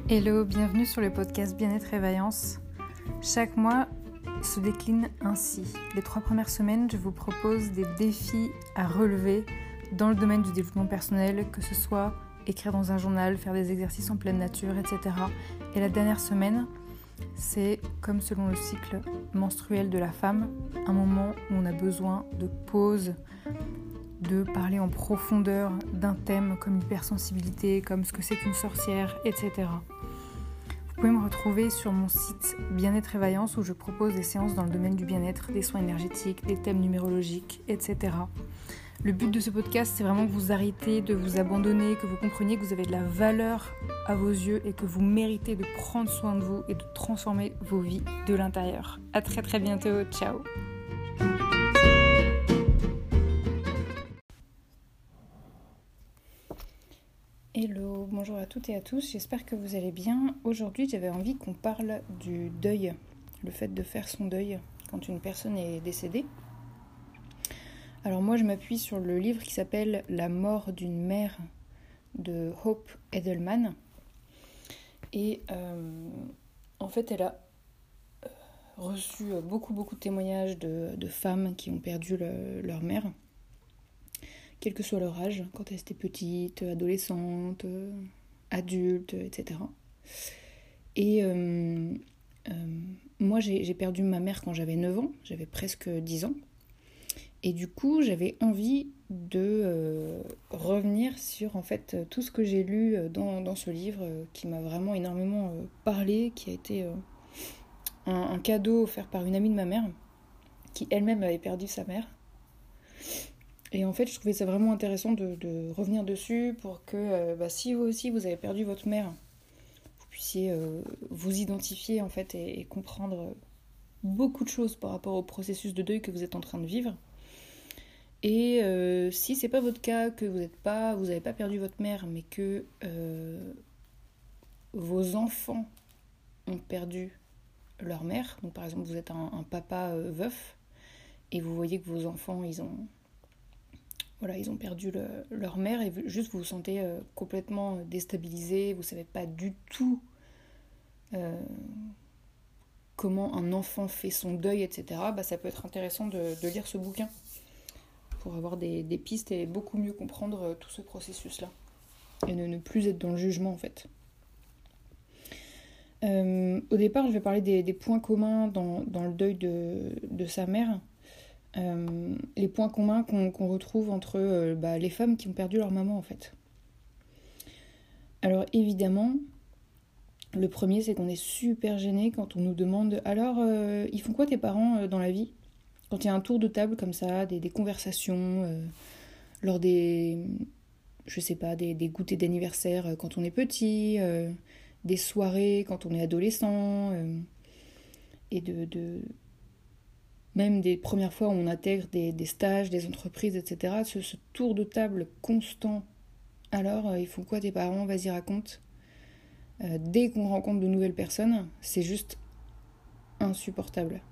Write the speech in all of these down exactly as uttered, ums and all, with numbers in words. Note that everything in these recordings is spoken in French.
Hello, bienvenue sur le podcast Bien-être et Vaillance. Chaque mois se décline ainsi. Les trois premières semaines, je vous propose des défis à relever dans le domaine du développement personnel, que ce soit écrire dans un journal, faire des exercices en pleine nature, et cetera. Et la dernière semaine, c'est, comme selon le cycle menstruel de la femme, un moment où on a besoin de pause, de parler en profondeur d'un thème comme l'hypersensibilité, comme ce que c'est qu'une sorcière, et cetera. Vous pouvez me retrouver sur mon site Bien-être et Vaillance où je propose des séances dans le domaine du bien-être, des soins énergétiques, des thèmes numérologiques, et cetera. Le but de ce podcast, c'est vraiment que vous arrêtez de vous abandonner, que vous compreniez que vous avez de la valeur à vos yeux et que vous méritez de prendre soin de vous et de transformer vos vies de l'intérieur. À très très bientôt, ciao. Hello, bonjour à toutes et à tous, j'espère que vous allez bien. Aujourd'hui, j'avais envie qu'on parle du deuil, le fait de faire son deuil quand une personne est décédée. Alors moi, je m'appuie sur le livre qui s'appelle « La mort d'une mère » de Hope Edelman. Et euh, en fait, elle a reçu beaucoup, beaucoup de témoignages de, de femmes qui ont perdu le, leur mère, quel que soit leur âge, quand elles étaient petites, adolescentes, adultes, et cetera. Et euh, euh, moi, j'ai, j'ai perdu ma mère quand j'avais neuf ans, j'avais presque dix ans. Et du coup, j'avais envie de euh, revenir sur en fait tout ce que j'ai lu dans, dans ce livre euh, qui m'a vraiment énormément euh, parlé, qui a été euh, un, un cadeau offert par une amie de ma mère, qui elle-même avait perdu sa mère. Et en fait, je trouvais ça vraiment intéressant de, de revenir dessus pour que euh, bah, si vous aussi vous avez perdu votre mère, vous puissiez euh, vous identifier en fait et, et comprendre beaucoup de choses par rapport au processus de deuil que vous êtes en train de vivre. Et euh, si c'est pas votre cas, que vous n'êtes pas, vous n'avez pas perdu votre mère, mais que euh, vos enfants ont perdu leur mère, donc par exemple vous êtes un, un papa euh, veuf et vous voyez que vos enfants ils ont Voilà, ils ont perdu le, leur mère et juste vous vous sentez euh, complètement déstabilisé, vous ne savez pas du tout euh, comment un enfant fait son deuil, et cetera. Bah, ça peut être intéressant de, de lire ce bouquin pour avoir des, des pistes et beaucoup mieux comprendre euh, tout ce processus-là et ne, ne plus être dans le jugement en fait. Euh, au départ, je vais parler des, des points communs dans, dans le deuil de, de sa mère. Euh, les points communs qu'on, qu'on retrouve entre euh, bah, les femmes qui ont perdu leur maman en fait. Alors évidemment, le premier c'est qu'on est super gêné quand on nous demande alors euh, ils font quoi tes parents euh, dans la vie ? Quand il y a un tour de table comme ça, des, des conversations, euh, lors des, je sais pas, des, des goûters d'anniversaire euh, quand on est petit, euh, des soirées quand on est adolescent, euh, et de... de même des premières fois où on intègre des, des stages, des entreprises, et cetera. Ce, ce tour de table constant. Alors, euh, ils font quoi tes parents ? Vas-y, raconte. Euh, dès qu'on rencontre de nouvelles personnes, c'est juste insupportable.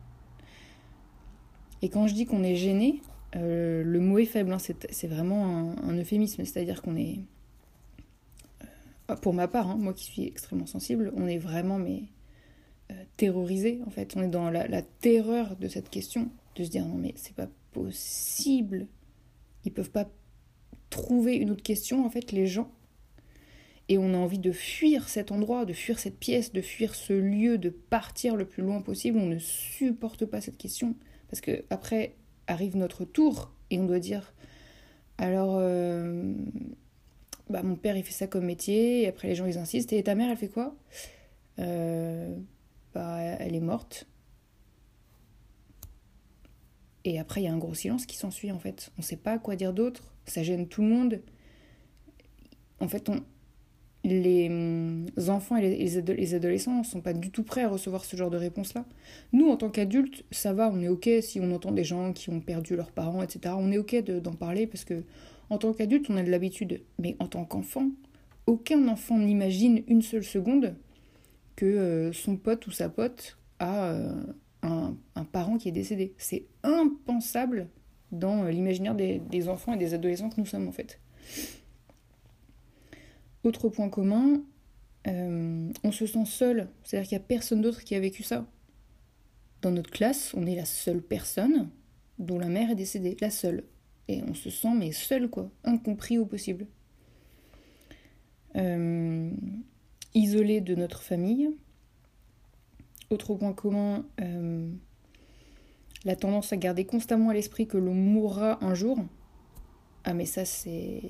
Et quand je dis qu'on est gêné, euh, le mot est faible. Hein, c'est, c'est vraiment un, un euphémisme. C'est-à-dire qu'on est... Euh, pour ma part, hein, moi qui suis extrêmement sensible, on est vraiment... mais Euh, terrorisé en fait, on est dans la, la terreur de cette question, de se dire non mais c'est pas possible, ils peuvent pas trouver une autre question en fait les gens, et on a envie de fuir cet endroit, de fuir cette pièce, de fuir ce lieu, de partir le plus loin possible. On ne supporte pas cette question parce que après arrive notre tour et on doit dire alors euh, bah mon père il fait ça comme métier, et après les gens ils insistent, et ta mère elle fait quoi ? euh Bah, elle est morte. Et après, il y a un gros silence qui s'ensuit, en fait. On ne sait pas quoi dire d'autre. Ça gêne tout le monde. En fait, on... les enfants et les, ado- les adolescents ne sont pas du tout prêts à recevoir ce genre de réponse-là. Nous, en tant qu'adultes, ça va, on est OK si on entend des gens qui ont perdu leurs parents, et cetera. On est OK de, d'en parler parce que, en tant qu'adulte, on a de l'habitude. Mais en tant qu'enfant, aucun enfant n'imagine une seule seconde que euh, son pote ou sa pote a euh, un, un parent qui est décédé. C'est impensable dans euh, l'imaginaire des, des enfants et des adolescents que nous sommes en fait. Autre point commun, Euh, on se sent seul, c'est-à-dire qu'il n'y a personne d'autre qui a vécu ça. Dans notre classe, on est la seule personne dont la mère est décédée, la seule. Et on se sent mais seul quoi, incompris au possible. Euh, isolé de notre famille. Autre point commun, euh, la tendance à garder constamment à l'esprit que l'on mourra un jour. Ah mais ça c'est...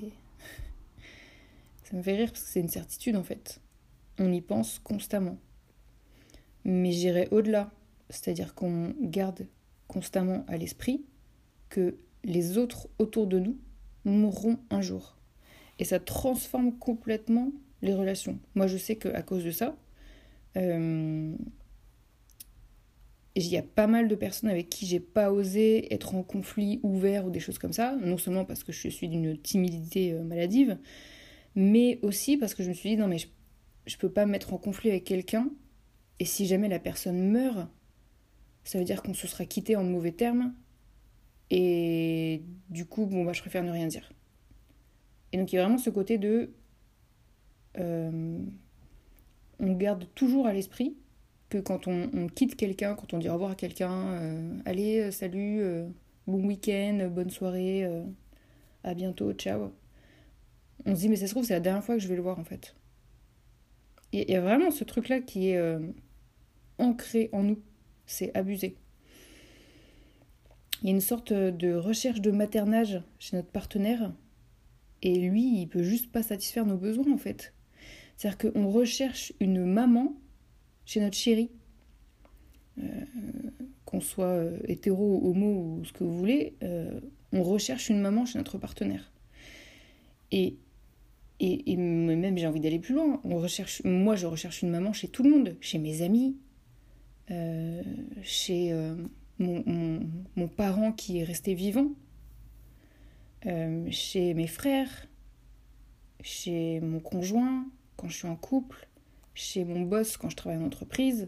ça me fait rire parce que c'est une certitude en fait. On y pense constamment. Mais j'irais au-delà. C'est-à-dire qu'on garde constamment à l'esprit que les autres autour de nous mourront un jour. Et ça transforme complètement les relations. Moi je sais qu'à cause de ça, euh, il y a pas mal de personnes avec qui j'ai pas osé être en conflit ouvert ou des choses comme ça, non seulement parce que je suis d'une timidité maladive, mais aussi parce que je me suis dit non mais je, je peux pas me mettre en conflit avec quelqu'un, et si jamais la personne meurt, ça veut dire qu'on se sera quitté en mauvais termes, et du coup bon bah je préfère ne rien dire. Et donc il y a vraiment ce côté de euh, on garde toujours à l'esprit que quand on, on quitte quelqu'un, quand on dit au revoir à quelqu'un, euh, allez, euh, salut, euh, bon week-end, bonne soirée, euh, à bientôt, ciao. On se dit, mais ça se trouve, c'est la dernière fois que je vais le voir, en fait. Et il y a vraiment ce truc-là qui est euh, ancré en nous. C'est abusé. Il y a une sorte de recherche de maternage chez notre partenaire, et lui, il peut juste pas satisfaire nos besoins, en fait. C'est-à-dire qu'on recherche une maman chez notre chéri, euh, qu'on soit euh, hétéro, homo ou ce que vous voulez, euh, on recherche une maman chez notre partenaire. Et, et, et même j'ai envie d'aller plus loin. On recherche, moi, je recherche une maman chez tout le monde, chez mes amis, euh, chez euh, mon, mon, mon parent qui est resté vivant, euh, chez mes frères, chez mon conjoint quand je suis en couple, chez mon boss quand je travaille en entreprise.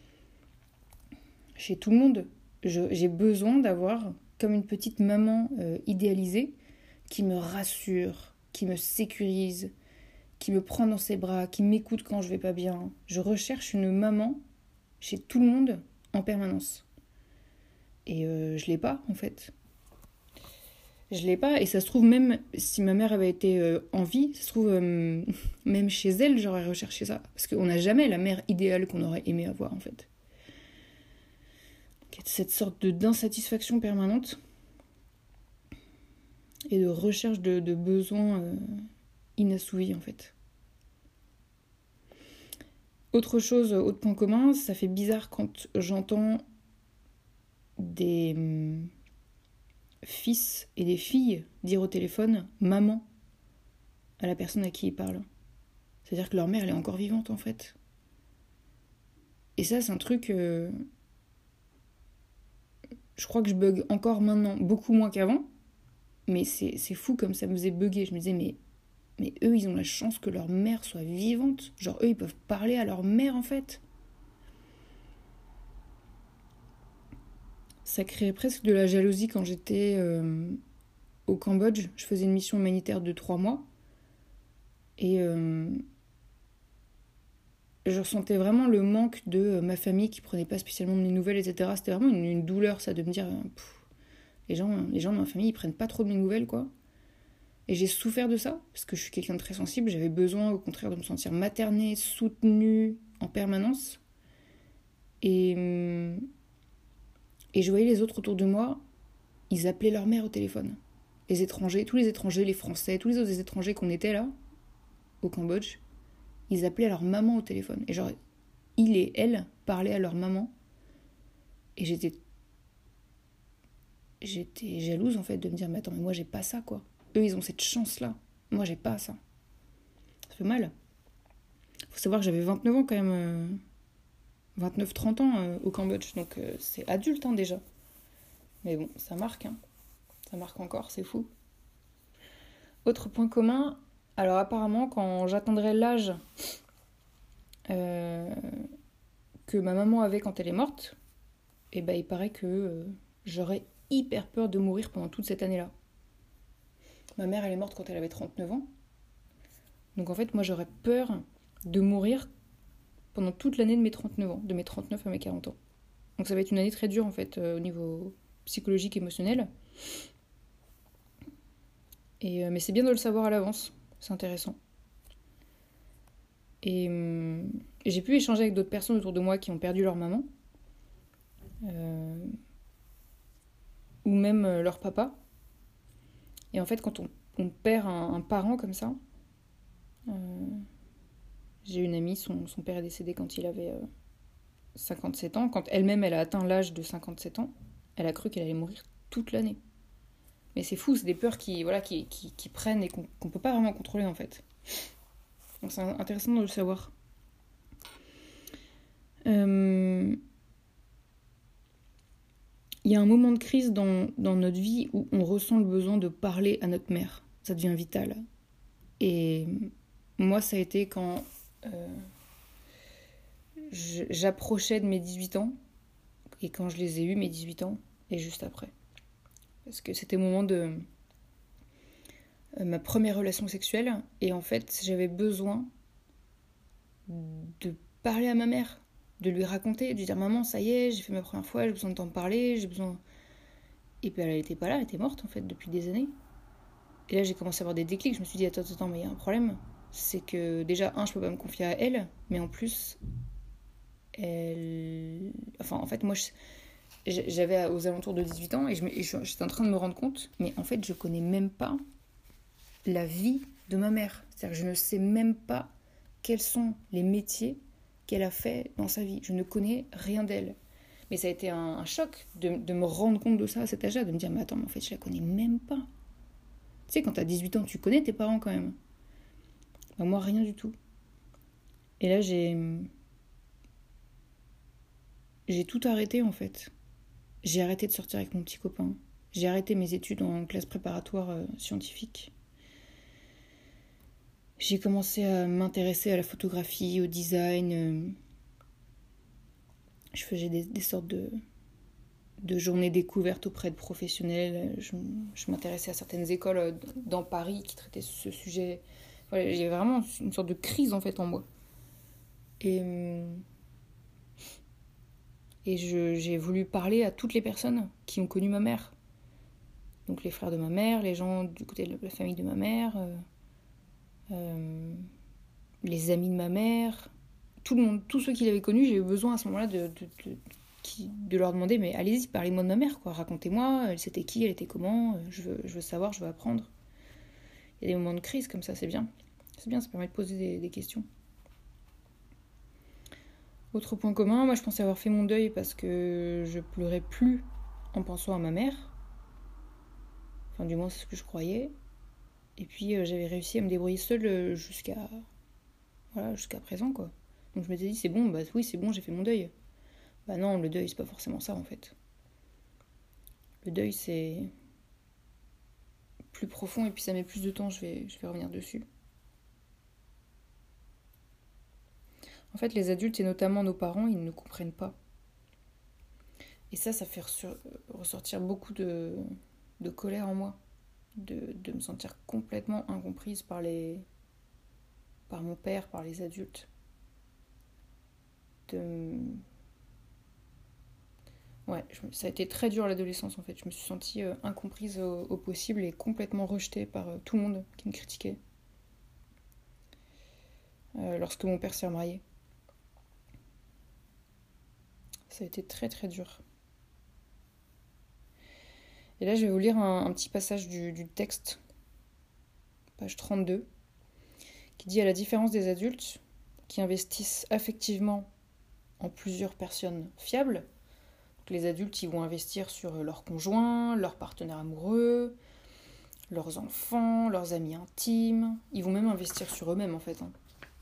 Chez tout le monde, je, j'ai besoin d'avoir comme une petite maman euh, idéalisée qui me rassure, qui me sécurise, qui me prend dans ses bras, qui m'écoute quand je vais pas bien. Je recherche une maman chez tout le monde en permanence. Et euh, je l'ai pas en fait. Je l'ai pas, et ça se trouve même si ma mère avait été euh, en vie, ça se trouve euh, même chez elle j'aurais recherché ça. Parce qu'on n'a jamais la mère idéale qu'on aurait aimé avoir en fait. Cette sorte de, d'insatisfaction permanente et de recherche de, de besoins euh, inassouvis en fait. Autre chose, autre point commun, ça fait bizarre quand j'entends des hum, fils et des filles dire au téléphone « maman » à la personne à qui ils parlent. C'est-à-dire que leur mère, elle est encore vivante en fait. Et ça, c'est un truc... Euh, je crois que je bug encore maintenant, beaucoup moins qu'avant, mais c'est, c'est fou comme ça me faisait bugger. Je me disais, mais, mais eux, ils ont la chance que leur mère soit vivante. Genre, eux, ils peuvent parler à leur mère, en fait. Ça créait presque de la jalousie quand j'étais euh, au Cambodge. Je faisais une mission humanitaire de trois mois. Et euh, je ressentais vraiment le manque de ma famille qui prenait pas spécialement de mes nouvelles, et cetera. C'était vraiment une, une douleur, ça, de me dire... Pff, Les gens, les gens de ma famille, ils prennent pas trop de mes nouvelles, quoi. Et j'ai souffert de ça, parce que je suis quelqu'un de très sensible. J'avais besoin, au contraire, de me sentir maternée, soutenue en permanence. Et, et je voyais les autres autour de moi, ils appelaient leur mère au téléphone. Les étrangers, tous les étrangers, les Français, tous les autres étrangers qu'on était là, au Cambodge, ils appelaient leur maman au téléphone. Et genre, ils et elle parlaient à leur maman. Et j'étais J'étais jalouse en fait de me dire mais attends mais moi j'ai pas ça quoi. Eux ils ont cette chance là, moi j'ai pas ça. Ça fait mal. Faut savoir que j'avais vingt-neuf ans quand même, euh, vingt-neuf trente ans euh, au Cambodge, donc euh, c'est adulte hein, déjà. Mais bon ça marque, hein. Ça marque encore, c'est fou. Autre point commun, alors apparemment quand j'atteindrai l'âge euh, que ma maman avait quand elle est morte, et ben il paraît que euh, j'aurais hyper peur de mourir pendant toute cette année-là. Ma mère, elle est morte quand elle avait trente-neuf ans. Donc en fait, moi, j'aurais peur de mourir pendant toute l'année de mes trente-neuf ans, de mes trente-neuf à mes quarante ans. Donc ça va être une année très dure en fait euh, au niveau psychologique, émotionnel. Et, euh, mais c'est bien de le savoir à l'avance, c'est intéressant. Et, euh, et j'ai pu échanger avec d'autres personnes autour de moi qui ont perdu leur maman, euh, ou même euh, leur papa. Et en fait, quand on, on perd un, un parent comme ça, euh, j'ai une amie, son, son père est décédé quand il avait euh, cinquante-sept ans. Quand elle-même, elle a atteint l'âge de cinquante-sept ans, elle a cru qu'elle allait mourir toute l'année. Mais c'est fou, c'est des peurs qui, voilà, qui, qui, qui prennent et qu'on ne peut pas vraiment contrôler en fait. Donc c'est intéressant de le savoir. Euh... Il y a un moment de crise dans, dans notre vie où on ressent le besoin de parler à notre mère. Ça devient vital. Et moi, ça a été quand euh, j'approchais de mes dix-huit ans et quand je les ai eus, mes dix-huit ans, et juste après. Parce que c'était au moment de euh, ma première relation sexuelle et en fait, j'avais besoin de parler à ma mère, de lui raconter, de lui dire maman, ça y est, j'ai fait ma première fois, j'ai besoin de t'en parler, j'ai besoin. Et puis elle était pas là, elle était morte en fait depuis des années. Et là j'ai commencé à avoir des déclics, je me suis dit attends, attends, mais il y a un problème. C'est que déjà, un, je peux pas me confier à elle, mais en plus, elle. Enfin, en fait, moi, je... j'avais aux alentours de dix-huit ans et, je... et j'étais en train de me rendre compte, mais en fait, je connais même pas la vie de ma mère. C'est-à-dire que je ne sais même pas quels sont les métiers qu'elle a fait dans sa vie. Je ne connais rien d'elle. Mais ça a été un, un choc de, de me rendre compte de ça à cet âge-là, de me dire, mais attends, mais en fait, je la connais même pas. Tu sais, quand t'as dix-huit ans, tu connais tes parents quand même. Ben, moi, rien du tout. Et là, j'ai... J'ai tout arrêté, en fait. J'ai arrêté de sortir avec mon petit copain. J'ai arrêté mes études en classe préparatoire euh, scientifique. J'ai commencé à m'intéresser à la photographie, au design. Euh... Je faisais des, des sortes de, de journées découvertes auprès de professionnels. Je, je m'intéressais à certaines écoles dans Paris qui traitaient ce sujet. Voilà, il y avait vraiment une sorte de crise en fait en moi. Et, et je, j'ai voulu parler à toutes les personnes qui ont connu ma mère. Donc les frères de ma mère, les gens du côté de la famille de ma mère, euh, euh, les amis de ma mère, tout le monde, tous ceux qui l'avaient connu, j'ai eu besoin à ce moment-là de, de, de, de, de leur demander mais allez-y, parlez-moi de ma mère, quoi. Racontez-moi, elle c'était qui, elle était comment, je veux, je veux savoir, je veux apprendre. Il y a des moments de crise comme ça, c'est bien. C'est bien, ça permet de poser des, des questions. Autre point commun, moi je pensais avoir fait mon deuil parce que je pleurais plus en pensant à ma mère. Enfin du moins c'est ce que je croyais. Et puis euh, j'avais réussi à me débrouiller seule jusqu'à voilà, jusqu'à présent quoi. Donc je m'étais dit c'est bon, bah oui c'est bon, j'ai fait mon deuil. Bah non, le deuil c'est pas forcément ça en fait. Le deuil c'est plus profond et puis ça met plus de temps, je vais, je vais revenir dessus. En fait les adultes et notamment nos parents, ils ne comprennent pas. Et ça, ça fait ressortir beaucoup de, de colère en moi. De, de me sentir complètement incomprise par les par mon père, par les adultes. De... Ouais, je, ça a été très dur à l'adolescence en fait. Je me suis sentie euh, incomprise au, au possible et complètement rejetée par euh, tout le monde qui me critiquait. Euh, lorsque mon père s'est remarié. Ça a été très très dur. Et là, je vais vous lire un, un petit passage du, du texte, page trente-deux, qui dit « À la différence des adultes, qui investissent affectivement en plusieurs personnes fiables, donc les adultes, ils vont investir sur leur conjoint, leur partenaire amoureux, leurs enfants, leurs amis intimes, ils vont même investir sur eux-mêmes, en fait. Hein.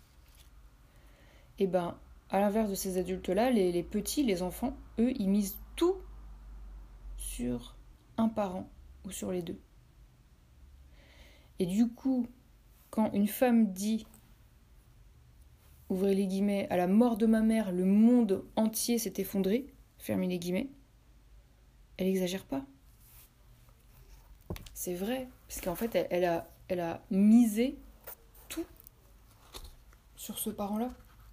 Et ben, à l'inverse de ces adultes-là, les, les petits, les enfants, eux, ils misent tout sur un parent ou sur les deux. Et du coup, quand une femme dit, ouvrez les guillemets, à la mort de ma mère, le monde entier s'est effondré, fermez les guillemets, elle n'exagère pas. C'est vrai, parce qu'en fait, elle, elle, a, elle a misé tout sur ce parent-là.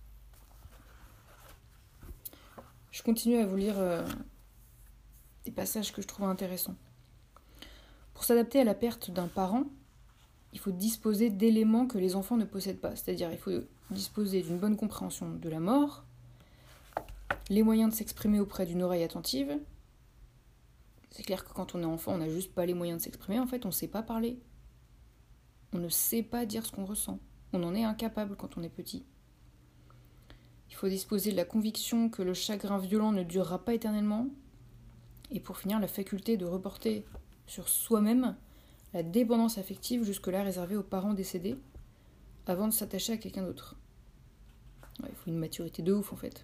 Je continue à vous lire euh, des passages que je trouve intéressants. Pour s'adapter à la perte d'un parent, il faut disposer d'éléments que les enfants ne possèdent pas. C'est-à-dire, il faut disposer d'une bonne compréhension de la mort, les moyens de s'exprimer auprès d'une oreille attentive. C'est clair que quand on est enfant, on n'a juste pas les moyens de s'exprimer. En fait, on ne sait pas parler. On ne sait pas dire ce qu'on ressent. On en est incapable quand on est petit. Il faut disposer de la conviction que le chagrin violent ne durera pas éternellement. Et pour finir, la faculté de reporter sur soi-même la dépendance affective jusque-là réservée aux parents décédés avant de s'attacher à quelqu'un d'autre. Ouais, il faut une maturité de ouf en fait.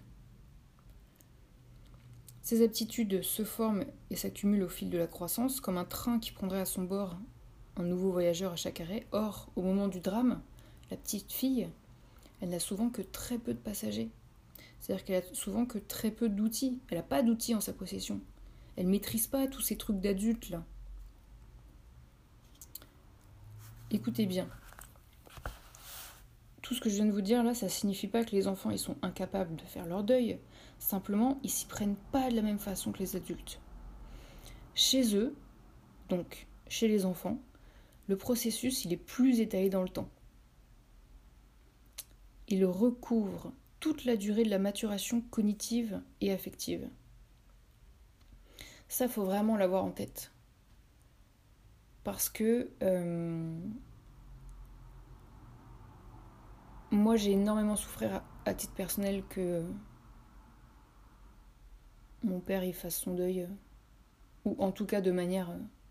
Ces aptitudes se forment et s'accumulent au fil de la croissance, comme un train qui prendrait à son bord un nouveau voyageur à chaque arrêt. Or, au moment du drame, la petite fille, elle n'a souvent que très peu de passagers. C'est-à-dire qu'elle a souvent que très peu d'outils. Elle n'a pas d'outils en sa possession. Elle ne maîtrise pas tous ces trucs d'adultes là. Écoutez bien. Tout ce que je viens de vous dire là, ça signifie pas que les enfants ils sont incapables de faire leur deuil. Simplement, ils s'y prennent pas de la même façon que les adultes. Chez eux, donc chez les enfants, le processus il est plus étalé dans le temps. Il recouvre toute la durée de la maturation cognitive et affective. Ça, faut vraiment l'avoir en tête. Parce que euh, moi, j'ai énormément souffert à, à titre personnel que mon père il fasse son deuil, ou en tout cas de manière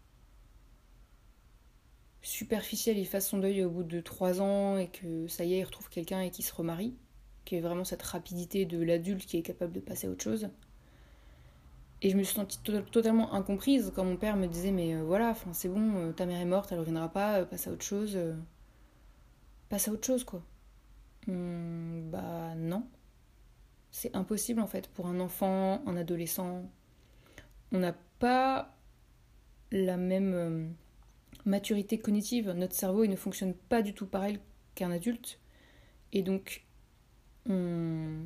superficielle, il fasse son deuil au bout de trois ans et que ça y est, il retrouve quelqu'un et qu'il se remarie, qui est vraiment cette rapidité de l'adulte qui est capable de passer à autre chose. Et je me suis sentie to- totalement incomprise quand mon père me disait mais euh, voilà, c'est bon, euh, ta mère est morte, elle reviendra pas, euh, passe à autre chose. Euh, passe à autre chose quoi. Hum, bah non. C'est impossible en fait pour un enfant, un adolescent. On n'a pas la même euh, maturité cognitive. Notre cerveau il ne fonctionne pas du tout pareil qu'un adulte. Et donc on...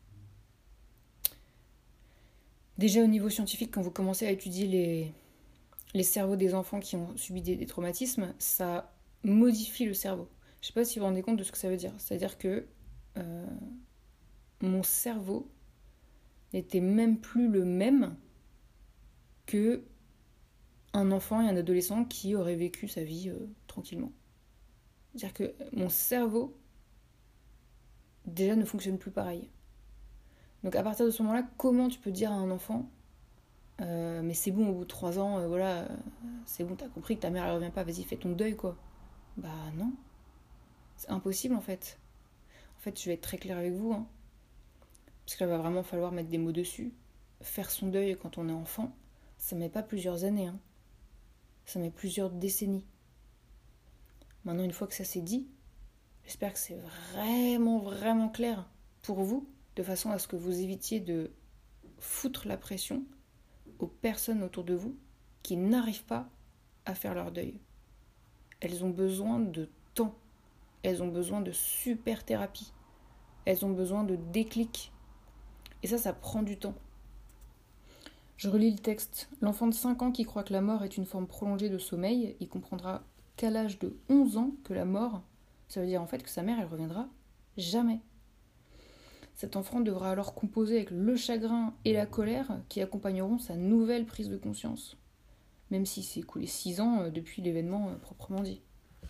Déjà au niveau scientifique, quand vous commencez à étudier les, les cerveaux des enfants qui ont subi des, des traumatismes, ça modifie le cerveau. Je ne sais pas si vous vous rendez compte de ce que ça veut dire. C'est-à-dire que euh, mon cerveau n'était même plus le même que un enfant et un adolescent qui auraient vécu sa vie euh, tranquillement. C'est-à-dire que mon cerveau déjà ne fonctionne plus pareil. Donc à partir de ce moment-là, comment tu peux dire à un enfant euh, mais c'est bon, au bout de trois ans, euh, voilà, euh, c'est bon, t'as compris que ta mère elle revient pas, vas-y fais ton deuil quoi. Bah non, c'est impossible en fait. En fait, je vais être très claire avec vous, hein, parce qu'il va vraiment falloir mettre des mots dessus. Faire son deuil quand on est enfant, ça met pas plusieurs années, hein. Ça met plusieurs décennies. Maintenant, une fois que ça s'est dit, j'espère que c'est vraiment, vraiment clair pour vous, de façon à ce que vous évitiez de foutre la pression aux personnes autour de vous qui n'arrivent pas à faire leur deuil. Elles ont besoin de temps. Elles ont besoin de super thérapie. Elles ont besoin de déclic. Et ça, ça prend du temps. Je relis le texte. L'enfant de cinq ans qui croit que la mort est une forme prolongée de sommeil, il comprendra qu'à l'âge de onze ans que la mort, ça veut dire en fait que sa mère, elle reviendra jamais. Cet enfant devra alors composer avec le chagrin et la colère qui accompagneront sa nouvelle prise de conscience, même si c'est écoulé six ans depuis l'événement proprement dit.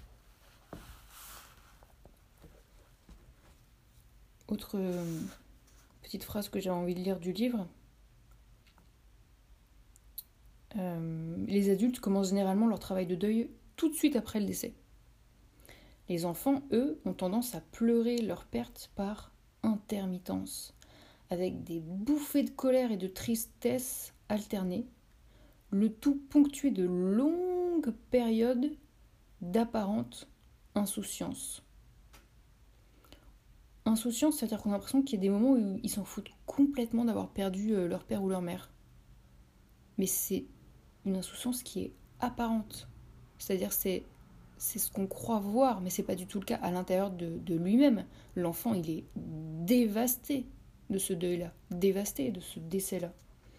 Autre euh, petite phrase que j'ai envie de lire du livre. Euh, les adultes commencent généralement leur travail de deuil tout de suite après le décès. Les enfants, eux, ont tendance à pleurer leur perte par intermittence, avec des bouffées de colère et de tristesse alternées, le tout ponctué de longues périodes d'apparente insouciance. Insouciance, c'est-à-dire qu'on a l'impression qu'il y a des moments où ils s'en foutent complètement d'avoir perdu leur père ou leur mère. Mais c'est une insouciance qui est apparente. C'est-à-dire c'est c'est ce qu'on croit voir, mais c'est pas du tout le cas à l'intérieur de, de lui-même. L'enfant, il est dévasté de ce deuil-là, dévasté de ce décès-là.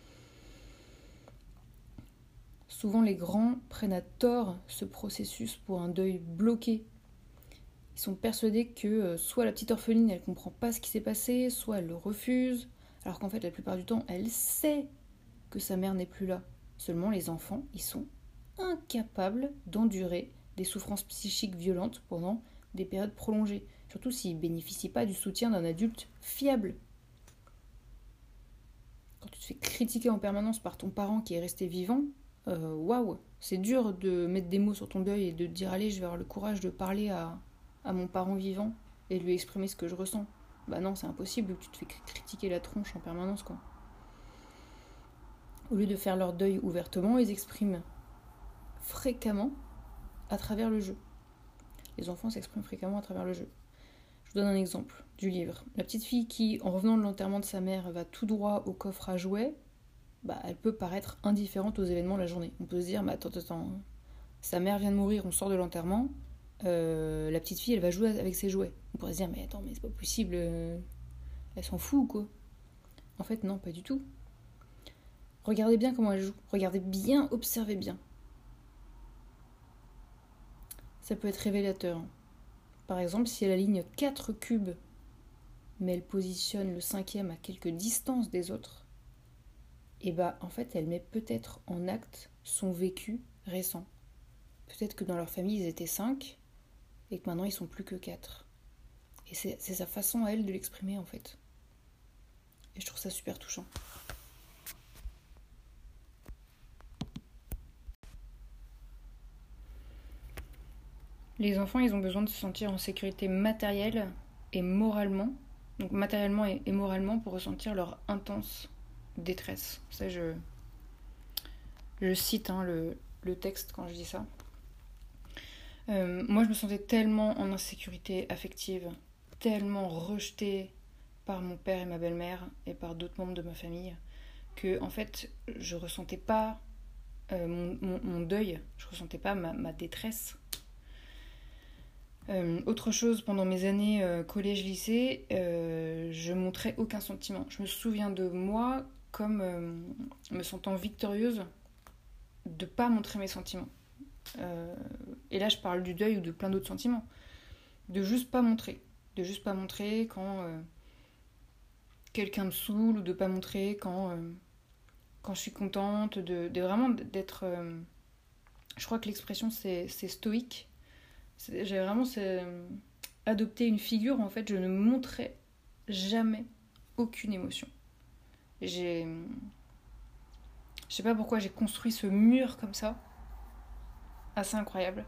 Souvent, les grands prennent à tort ce processus pour un deuil bloqué. Ils sont persuadés que euh, soit la petite orpheline, elle comprend pas ce qui s'est passé, soit elle le refuse, alors qu'en fait, la plupart du temps, elle sait que sa mère n'est plus là. Seulement, les enfants, ils sont incapables d'endurer des souffrances psychiques violentes pendant des périodes prolongées, surtout s'ils ne bénéficient pas du soutien d'un adulte fiable. Quand tu te fais critiquer en permanence par ton parent qui est resté vivant, waouh, wow, c'est dur de mettre des mots sur ton deuil et de te dire allez, je vais avoir le courage de parler à, à mon parent vivant et de lui exprimer ce que je ressens. Bah non, c'est impossible, tu te fais critiquer la tronche en permanence, quoi. Au lieu de faire leur deuil ouvertement, ils expriment fréquemment à travers le jeu. Les enfants s'expriment fréquemment à travers le jeu. Je vous donne un exemple du livre. La petite fille qui, en revenant de l'enterrement de sa mère, va tout droit au coffre à jouets, bah, elle peut paraître indifférente aux événements de la journée. On peut se dire, mais attends, attends, sa mère vient de mourir, on sort de l'enterrement, euh, la petite fille, elle va jouer avec ses jouets. On pourrait se dire, mais attends, mais c'est pas possible, euh, elle s'en fout ou quoi? En fait, non, pas du tout. Regardez bien comment elle joue, regardez bien, observez bien. Ça peut être révélateur. Par exemple, si elle aligne quatre cubes, mais elle positionne le cinquième à quelque distance des autres, et bah en fait elle met peut-être en acte son vécu récent. Peut-être que dans leur famille ils étaient cinq, et que maintenant ils sont plus que quatre. Et c'est, c'est sa façon à elle de l'exprimer en fait. Et je trouve ça super touchant. Les enfants, ils ont besoin de se sentir en sécurité matérielle et moralement, donc matériellement et, et moralement pour ressentir leur intense détresse. Ça, je, je cite hein, le, le texte quand je dis ça. Euh, moi, je me sentais tellement en insécurité affective, tellement rejetée par mon père et ma belle-mère et par d'autres membres de ma famille, que en fait, je ressentais pas euh, mon, mon, mon deuil, je ressentais pas ma, ma détresse. Euh, autre chose, pendant mes années euh, collège-lycée, euh, je montrais aucun sentiment. Je me souviens de moi comme euh, me sentant victorieuse de ne pas montrer mes sentiments. Euh, et là, je parle du deuil ou de plein d'autres sentiments. De juste pas montrer. De juste pas montrer quand euh, quelqu'un me saoule ou de pas montrer quand, euh, quand je suis contente. De, de vraiment d'être... Euh, je crois que l'expression, c'est, c'est stoïque. J'ai vraiment adopté une figure, en fait, je ne montrais jamais aucune émotion. J'ai... Je sais pas pourquoi j'ai construit ce mur comme ça. Assez incroyable.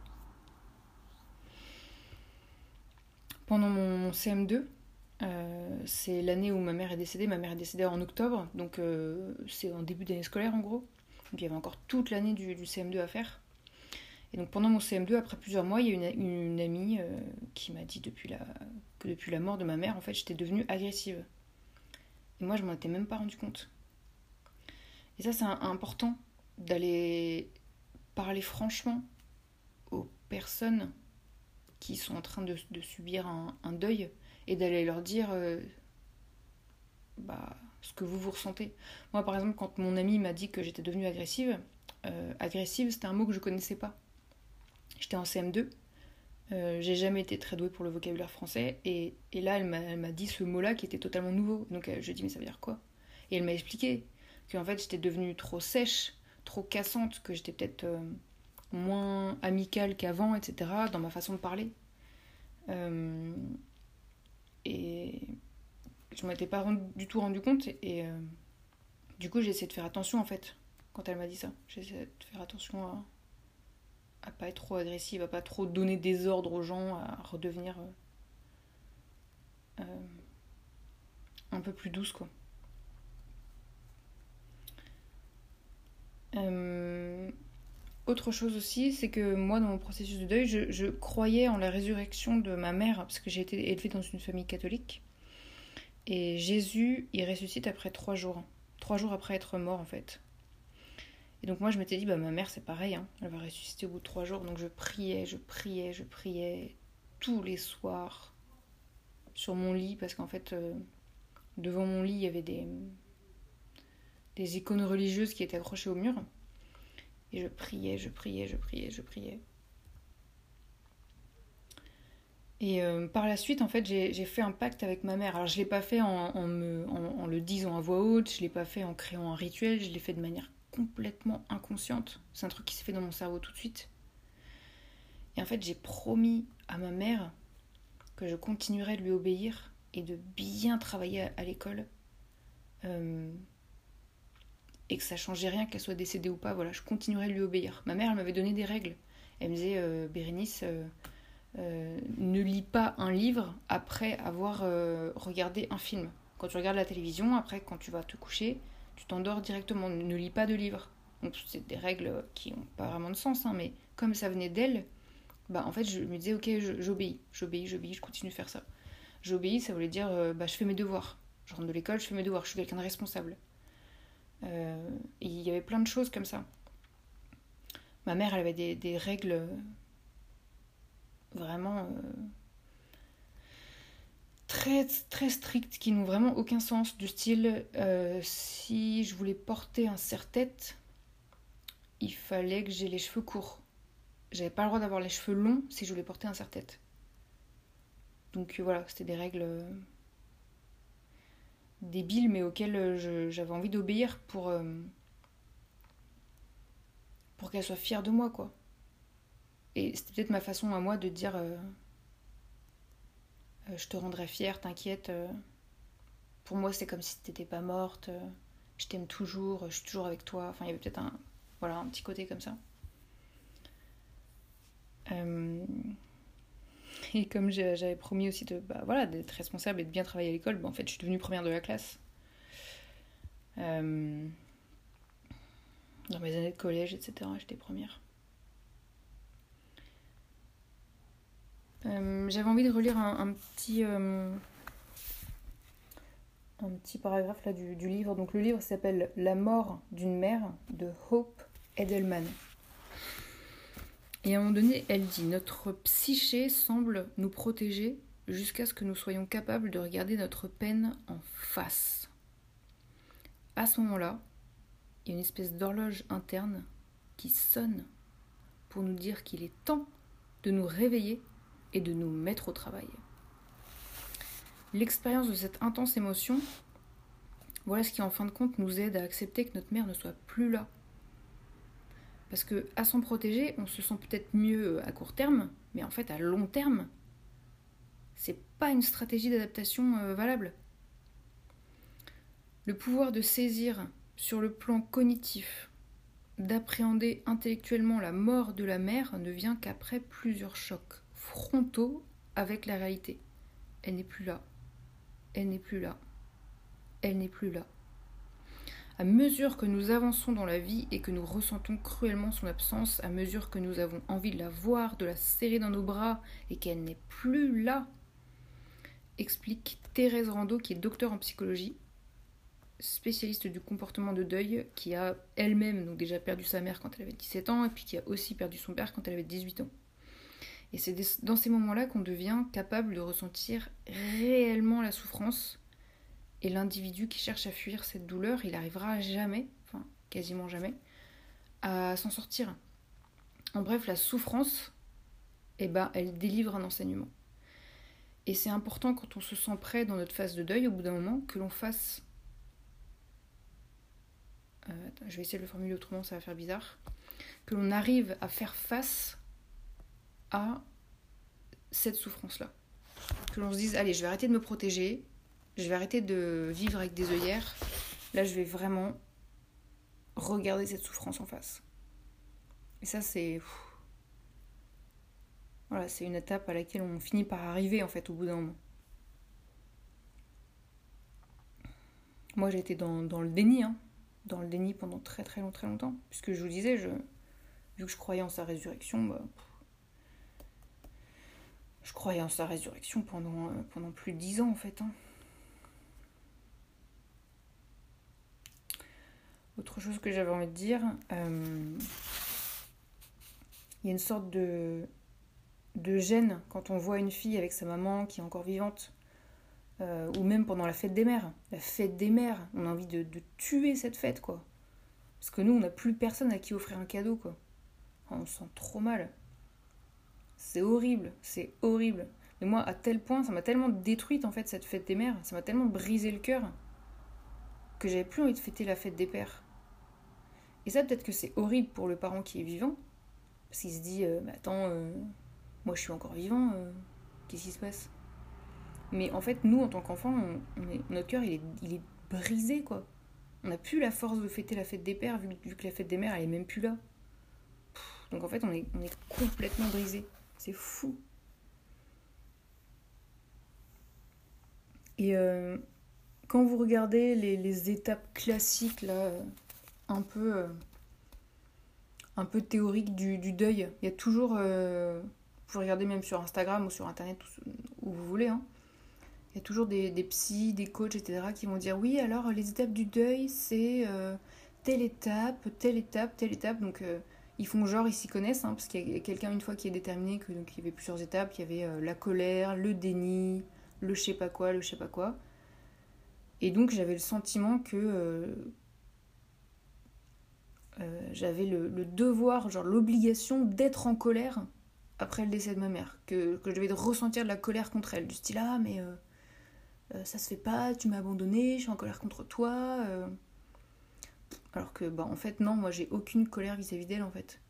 Pendant mon C M deux, euh, c'est l'année où ma mère est décédée. Ma mère est décédée en octobre, donc euh, c'est en début d'année scolaire en gros. Donc il y avait encore toute l'année du, du C M deux à faire. Et donc pendant mon C M deux, après plusieurs mois, il y a une, une amie euh, qui m'a dit depuis la, que depuis la mort de ma mère, en fait, j'étais devenue agressive. Et moi, je m'en étais même pas rendu compte. Et ça, c'est un, important d'aller parler franchement aux personnes qui sont en train de, de subir un, un deuil et d'aller leur dire euh, bah, ce que vous vous ressentez. Moi, par exemple, quand mon amie m'a dit que j'étais devenue agressive, euh, agressive, c'était un mot que je connaissais pas. J'étais en C M deux, euh, j'ai jamais été très douée pour le vocabulaire français, et, et là elle m'a, elle m'a dit ce mot-là qui était totalement nouveau. Donc euh, je lui ai dit mais ça veut dire quoi? Et elle m'a expliqué qu'en fait j'étais devenue trop sèche, trop cassante, que j'étais peut-être euh, moins amicale qu'avant, et cetera, dans ma façon de parler. Euh, et je m'en étais pas rendu, du tout rendu compte, et, et euh, du coup j'ai essayé de faire attention en fait, quand elle m'a dit ça. J'ai essayé de faire attention à... à pas être trop agressive, à pas trop donner des ordres aux gens, à redevenir euh, euh, un peu plus douce, quoi. Euh, autre chose aussi, c'est que moi, dans mon processus de deuil, je, je croyais en la résurrection de ma mère, parce que j'ai été élevée dans une famille catholique. Et Jésus, il ressuscite après trois jours. Trois jours après être mort, en fait. Et donc moi je m'étais dit, bah ma mère c'est pareil, hein, elle va ressusciter au bout de trois jours. Donc je priais, je priais, je priais tous les soirs sur mon lit, parce qu'en fait, euh, devant mon lit, il y avait des, des icônes religieuses qui étaient accrochées au mur. Et je priais, je priais, je priais, je priais. Et euh, par la suite, en fait, j'ai, j'ai fait un pacte avec ma mère. Alors, je ne l'ai pas fait en, en, me, en, en le disant à voix haute, je ne l'ai pas fait en créant un rituel, je l'ai fait de manière complètement inconsciente. C'est un truc qui s'est fait dans mon cerveau tout de suite. Et en fait, j'ai promis à ma mère que je continuerais de lui obéir et de bien travailler à, à l'école. Euh, et que ça changeait rien qu'elle soit décédée ou pas. Voilà, je continuerais de lui obéir. Ma mère, elle m'avait donné des règles. Elle me disait, euh, Bérénice... Euh, Euh, ne lis pas un livre après avoir euh, regardé un film. Quand tu regardes la télévision, après quand tu vas te coucher, tu t'endors directement. Ne lis pas de livre. Donc c'est des règles qui n'ont pas vraiment de sens, hein, mais comme ça venait d'elle, bah en fait je me disais ok, je, j'obéis, j'obéis, j'obéis, je continue de faire ça. J'obéis, ça voulait dire euh, bah je fais mes devoirs. Je rentre de l'école, je fais mes devoirs, je suis quelqu'un de responsable. Euh, et il y avait plein de choses comme ça. Ma mère, elle avait des, des règles vraiment euh, très très strictes qui n'ont vraiment aucun sens, du style euh, si je voulais porter un serre-tête, il fallait que j'ai les cheveux courts. J'avais pas le droit d'avoir les cheveux longs si je voulais porter un serre-tête. Donc euh, voilà, c'était des règles euh, débiles mais auxquelles je, j'avais envie d'obéir pour euh, pour qu'elle soit fière de moi, quoi. Et c'était peut-être ma façon à moi de dire euh, euh, je te rendrai fière, t'inquiète. Euh, pour moi, c'est comme si t'étais pas morte. Euh, je t'aime toujours, je suis toujours avec toi. Enfin, il y avait peut-être un, voilà, un petit côté comme ça. Euh, et comme j'avais promis aussi de, bah, voilà, d'être responsable et de bien travailler à l'école, bah, en fait, je suis devenue première de la classe. Euh, dans mes années de collège, et cetera, j'étais première. Euh, j'avais envie de relire un, un petit euh, un petit paragraphe là du, du livre. Donc le livre s'appelle La mort d'une mère de Hope Edelman. Et à un moment donné, elle dit: notre psyché semble nous protéger jusqu'à ce que nous soyons capables de regarder notre peine en face. À ce moment-là, il y a une espèce d'horloge interne qui sonne pour nous dire qu'il est temps de nous réveiller et de nous mettre au travail. L'expérience de cette intense émotion, voilà ce qui en fin de compte nous aide à accepter que notre mère ne soit plus là. Parce que à s'en protéger, on se sent peut-être mieux à court terme, mais en fait à long terme, c'est pas une stratégie d'adaptation euh, valable. Le pouvoir de saisir sur le plan cognitif, d'appréhender intellectuellement la mort de la mère ne vient qu'après plusieurs chocs frontaux avec la réalité. Elle n'est plus là. Elle n'est plus là. Elle n'est plus là. À mesure que nous avançons dans la vie et que nous ressentons cruellement son absence, à mesure que nous avons envie de la voir, de la serrer dans nos bras et qu'elle n'est plus là, explique Thérèse Rando, qui est docteure en psychologie, spécialiste du comportement de deuil, qui a elle-même donc déjà perdu sa mère quand elle avait dix-sept ans et puis qui a aussi perdu son père quand elle avait dix-huit ans. Et c'est dans ces moments-là qu'on devient capable de ressentir réellement la souffrance. Et l'individu qui cherche à fuir cette douleur, il n'arrivera jamais, enfin quasiment jamais, à s'en sortir. En bref, la souffrance, eh ben, elle délivre un enseignement. Et c'est important quand on se sent prêt dans notre phase de deuil, au bout d'un moment, que l'on fasse... Euh, attends, je vais essayer de le formuler autrement, ça va faire bizarre. Que l'on arrive à faire face à cette souffrance-là. Que l'on se dise, allez, je vais arrêter de me protéger, je vais arrêter de vivre avec des œillères. Là, je vais vraiment regarder cette souffrance en face. Et ça, c'est... Voilà, c'est une étape à laquelle on finit par arriver, en fait, au bout d'un moment. Moi, j'ai été dans, dans le déni, hein. Dans le déni pendant très très long, très longtemps. Puisque je vous disais, je, vu que je croyais en sa résurrection, bah, je croyais en sa résurrection pendant, euh, pendant plus de dix ans, en fait, hein. Autre chose que j'avais envie de dire, euh, il y a une sorte de, de gêne quand on voit une fille avec sa maman qui est encore vivante, euh, ou même pendant la fête des mères. La fête des mères, on a envie de, de tuer cette fête, quoi. Parce que nous, on n'a plus personne à qui offrir un cadeau, quoi. On se sent trop mal. C'est horrible, c'est horrible. Mais moi, à tel point, ça m'a tellement détruite, en fait, cette fête des mères. Ça m'a tellement brisé le cœur que j'avais plus envie de fêter la fête des pères. Et ça, peut-être que c'est horrible pour le parent qui est vivant. Parce qu'il se dit, euh, mais attends, euh, moi je suis encore vivant, euh, qu'est-ce qui se passe? Mais en fait, nous, en tant qu'enfants, on, on est, notre cœur, il est, il est brisé, quoi. On n'a plus la force de fêter la fête des pères, vu, vu que la fête des mères, elle est même plus là. Donc en fait, on est, on est complètement brisé. C'est fou. Et euh, quand vous regardez les, les étapes classiques, là, un peu, euh, un peu théoriques du, du deuil, il y a toujours... Euh, vous pouvez regarder même sur Instagram ou sur Internet, où vous voulez, hein. Il y a toujours des, des psys, des coachs, et cetera qui vont dire oui, alors les étapes du deuil, c'est euh, telle étape, telle étape, telle étape. Donc euh, ils font genre, ils s'y connaissent, hein, parce qu'il y a quelqu'un une fois qui est déterminé que, donc, il y avait plusieurs étapes. Il y avait euh, la colère, le déni, le je sais pas quoi, le je sais pas quoi. Et donc j'avais le sentiment que euh, euh, j'avais le, le devoir, genre l'obligation d'être en colère après le décès de ma mère. Que, que je devais ressentir de la colère contre elle. Du style, ah mais... Euh, Euh, ça se fait pas, tu m'as abandonné, je suis en colère contre toi. Euh... Alors que, bah, en fait, non, moi j'ai aucune colère vis-à-vis d'elle, en fait.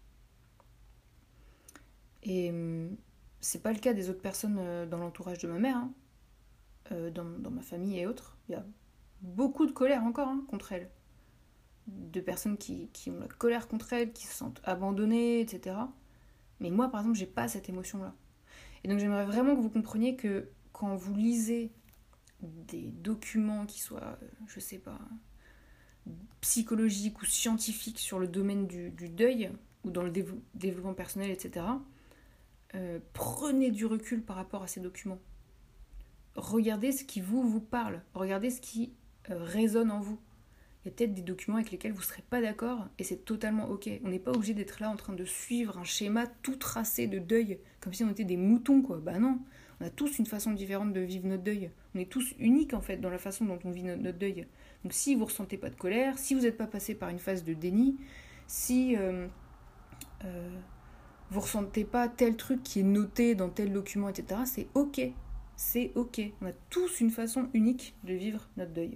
Et euh, c'est pas le cas des autres personnes euh, dans l'entourage de ma mère, hein. euh, dans, dans ma famille et autres. Il y a beaucoup de colère encore, hein, contre elle. De personnes qui, qui ont la colère contre elle, qui se sentent abandonnées, et cetera. Mais moi, par exemple, j'ai pas cette émotion-là. Et donc j'aimerais vraiment que vous compreniez que quand vous lisez des documents qui soient, je sais pas, psychologiques ou scientifiques sur le domaine du, du deuil ou dans le dév- développement personnel, et cetera, euh, prenez du recul par rapport à ces documents. Regardez ce qui vous, vous parle. Regardez ce qui euh, résonne en vous. Il y a peut-être des documents avec lesquels vous ne serez pas d'accord et c'est totalement ok. On n'est pas obligé d'être là en train de suivre un schéma tout tracé de deuil, comme si on était des moutons, quoi. Bah non, on a tous une façon différente de vivre notre deuil. On est tous uniques, en fait, dans la façon dont on vit notre, notre deuil. Donc si vous ne ressentez pas de colère, si vous n'êtes pas passé par une phase de déni, si euh, euh, vous ne ressentez pas tel truc qui est noté dans tel document, et cetera, c'est ok. C'est ok. On a tous une façon unique de vivre notre deuil.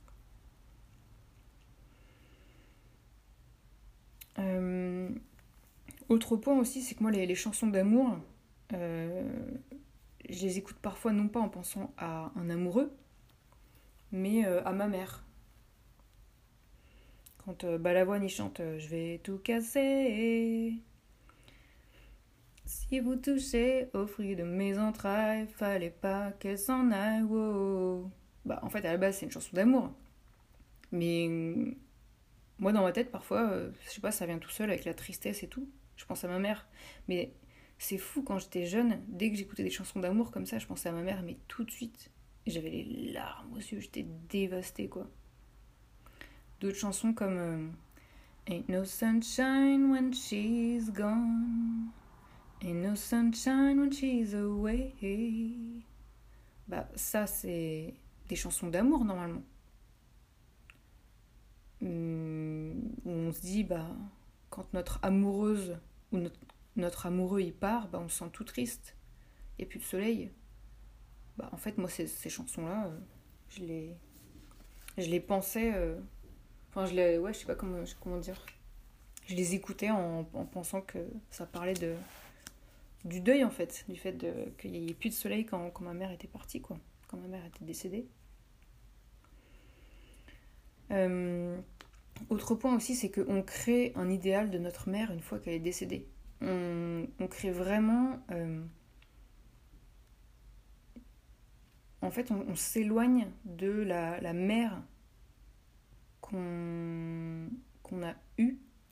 Euh, autre point aussi, c'est que moi, les, les chansons d'amour, euh, je les écoute parfois non pas en pensant à un amoureux, mais euh, à ma mère. Quand euh, Balavoine il chante euh, je vais tout casser. Si vous touchez aux fruits de mes entrailles, fallait pas qu'elle s'en aille. Wow. Bah, en fait, à la base, c'est une chanson d'amour. Mais euh, moi, dans ma tête, parfois, euh, je sais pas, ça vient tout seul avec la tristesse et tout. Je pense à ma mère. Mais c'est fou, quand j'étais jeune, dès que j'écoutais des chansons d'amour comme ça, je pensais à ma mère, mais tout de suite. Et j'avais les larmes aux yeux, j'étais dévastée, quoi. D'autres chansons comme euh, Ain't no sunshine when she's gone. Ain't no sunshine when she's away. Bah, ça, c'est des chansons d'amour, normalement. Hum, où on se dit, bah, quand notre amoureuse ou notre, notre amoureux il part, bah, on se sent tout triste. Il n'y a plus de soleil. Bah, en fait, moi, ces, ces chansons-là, euh, je les, je les pensais. Euh, enfin, je les. Ouais, je sais pas comment, comment dire. Je les écoutais en, en pensant que ça parlait de, du deuil, en fait. Du fait de, qu'il n'y ait plus de soleil quand, quand ma mère était partie, quoi. Quand ma mère était décédée. Euh, autre point aussi, c'est qu'on crée un idéal de notre mère une fois qu'elle est décédée. On, on crée vraiment... Euh, en fait, on, on s'éloigne de la, la mère qu'on, qu'on a eue.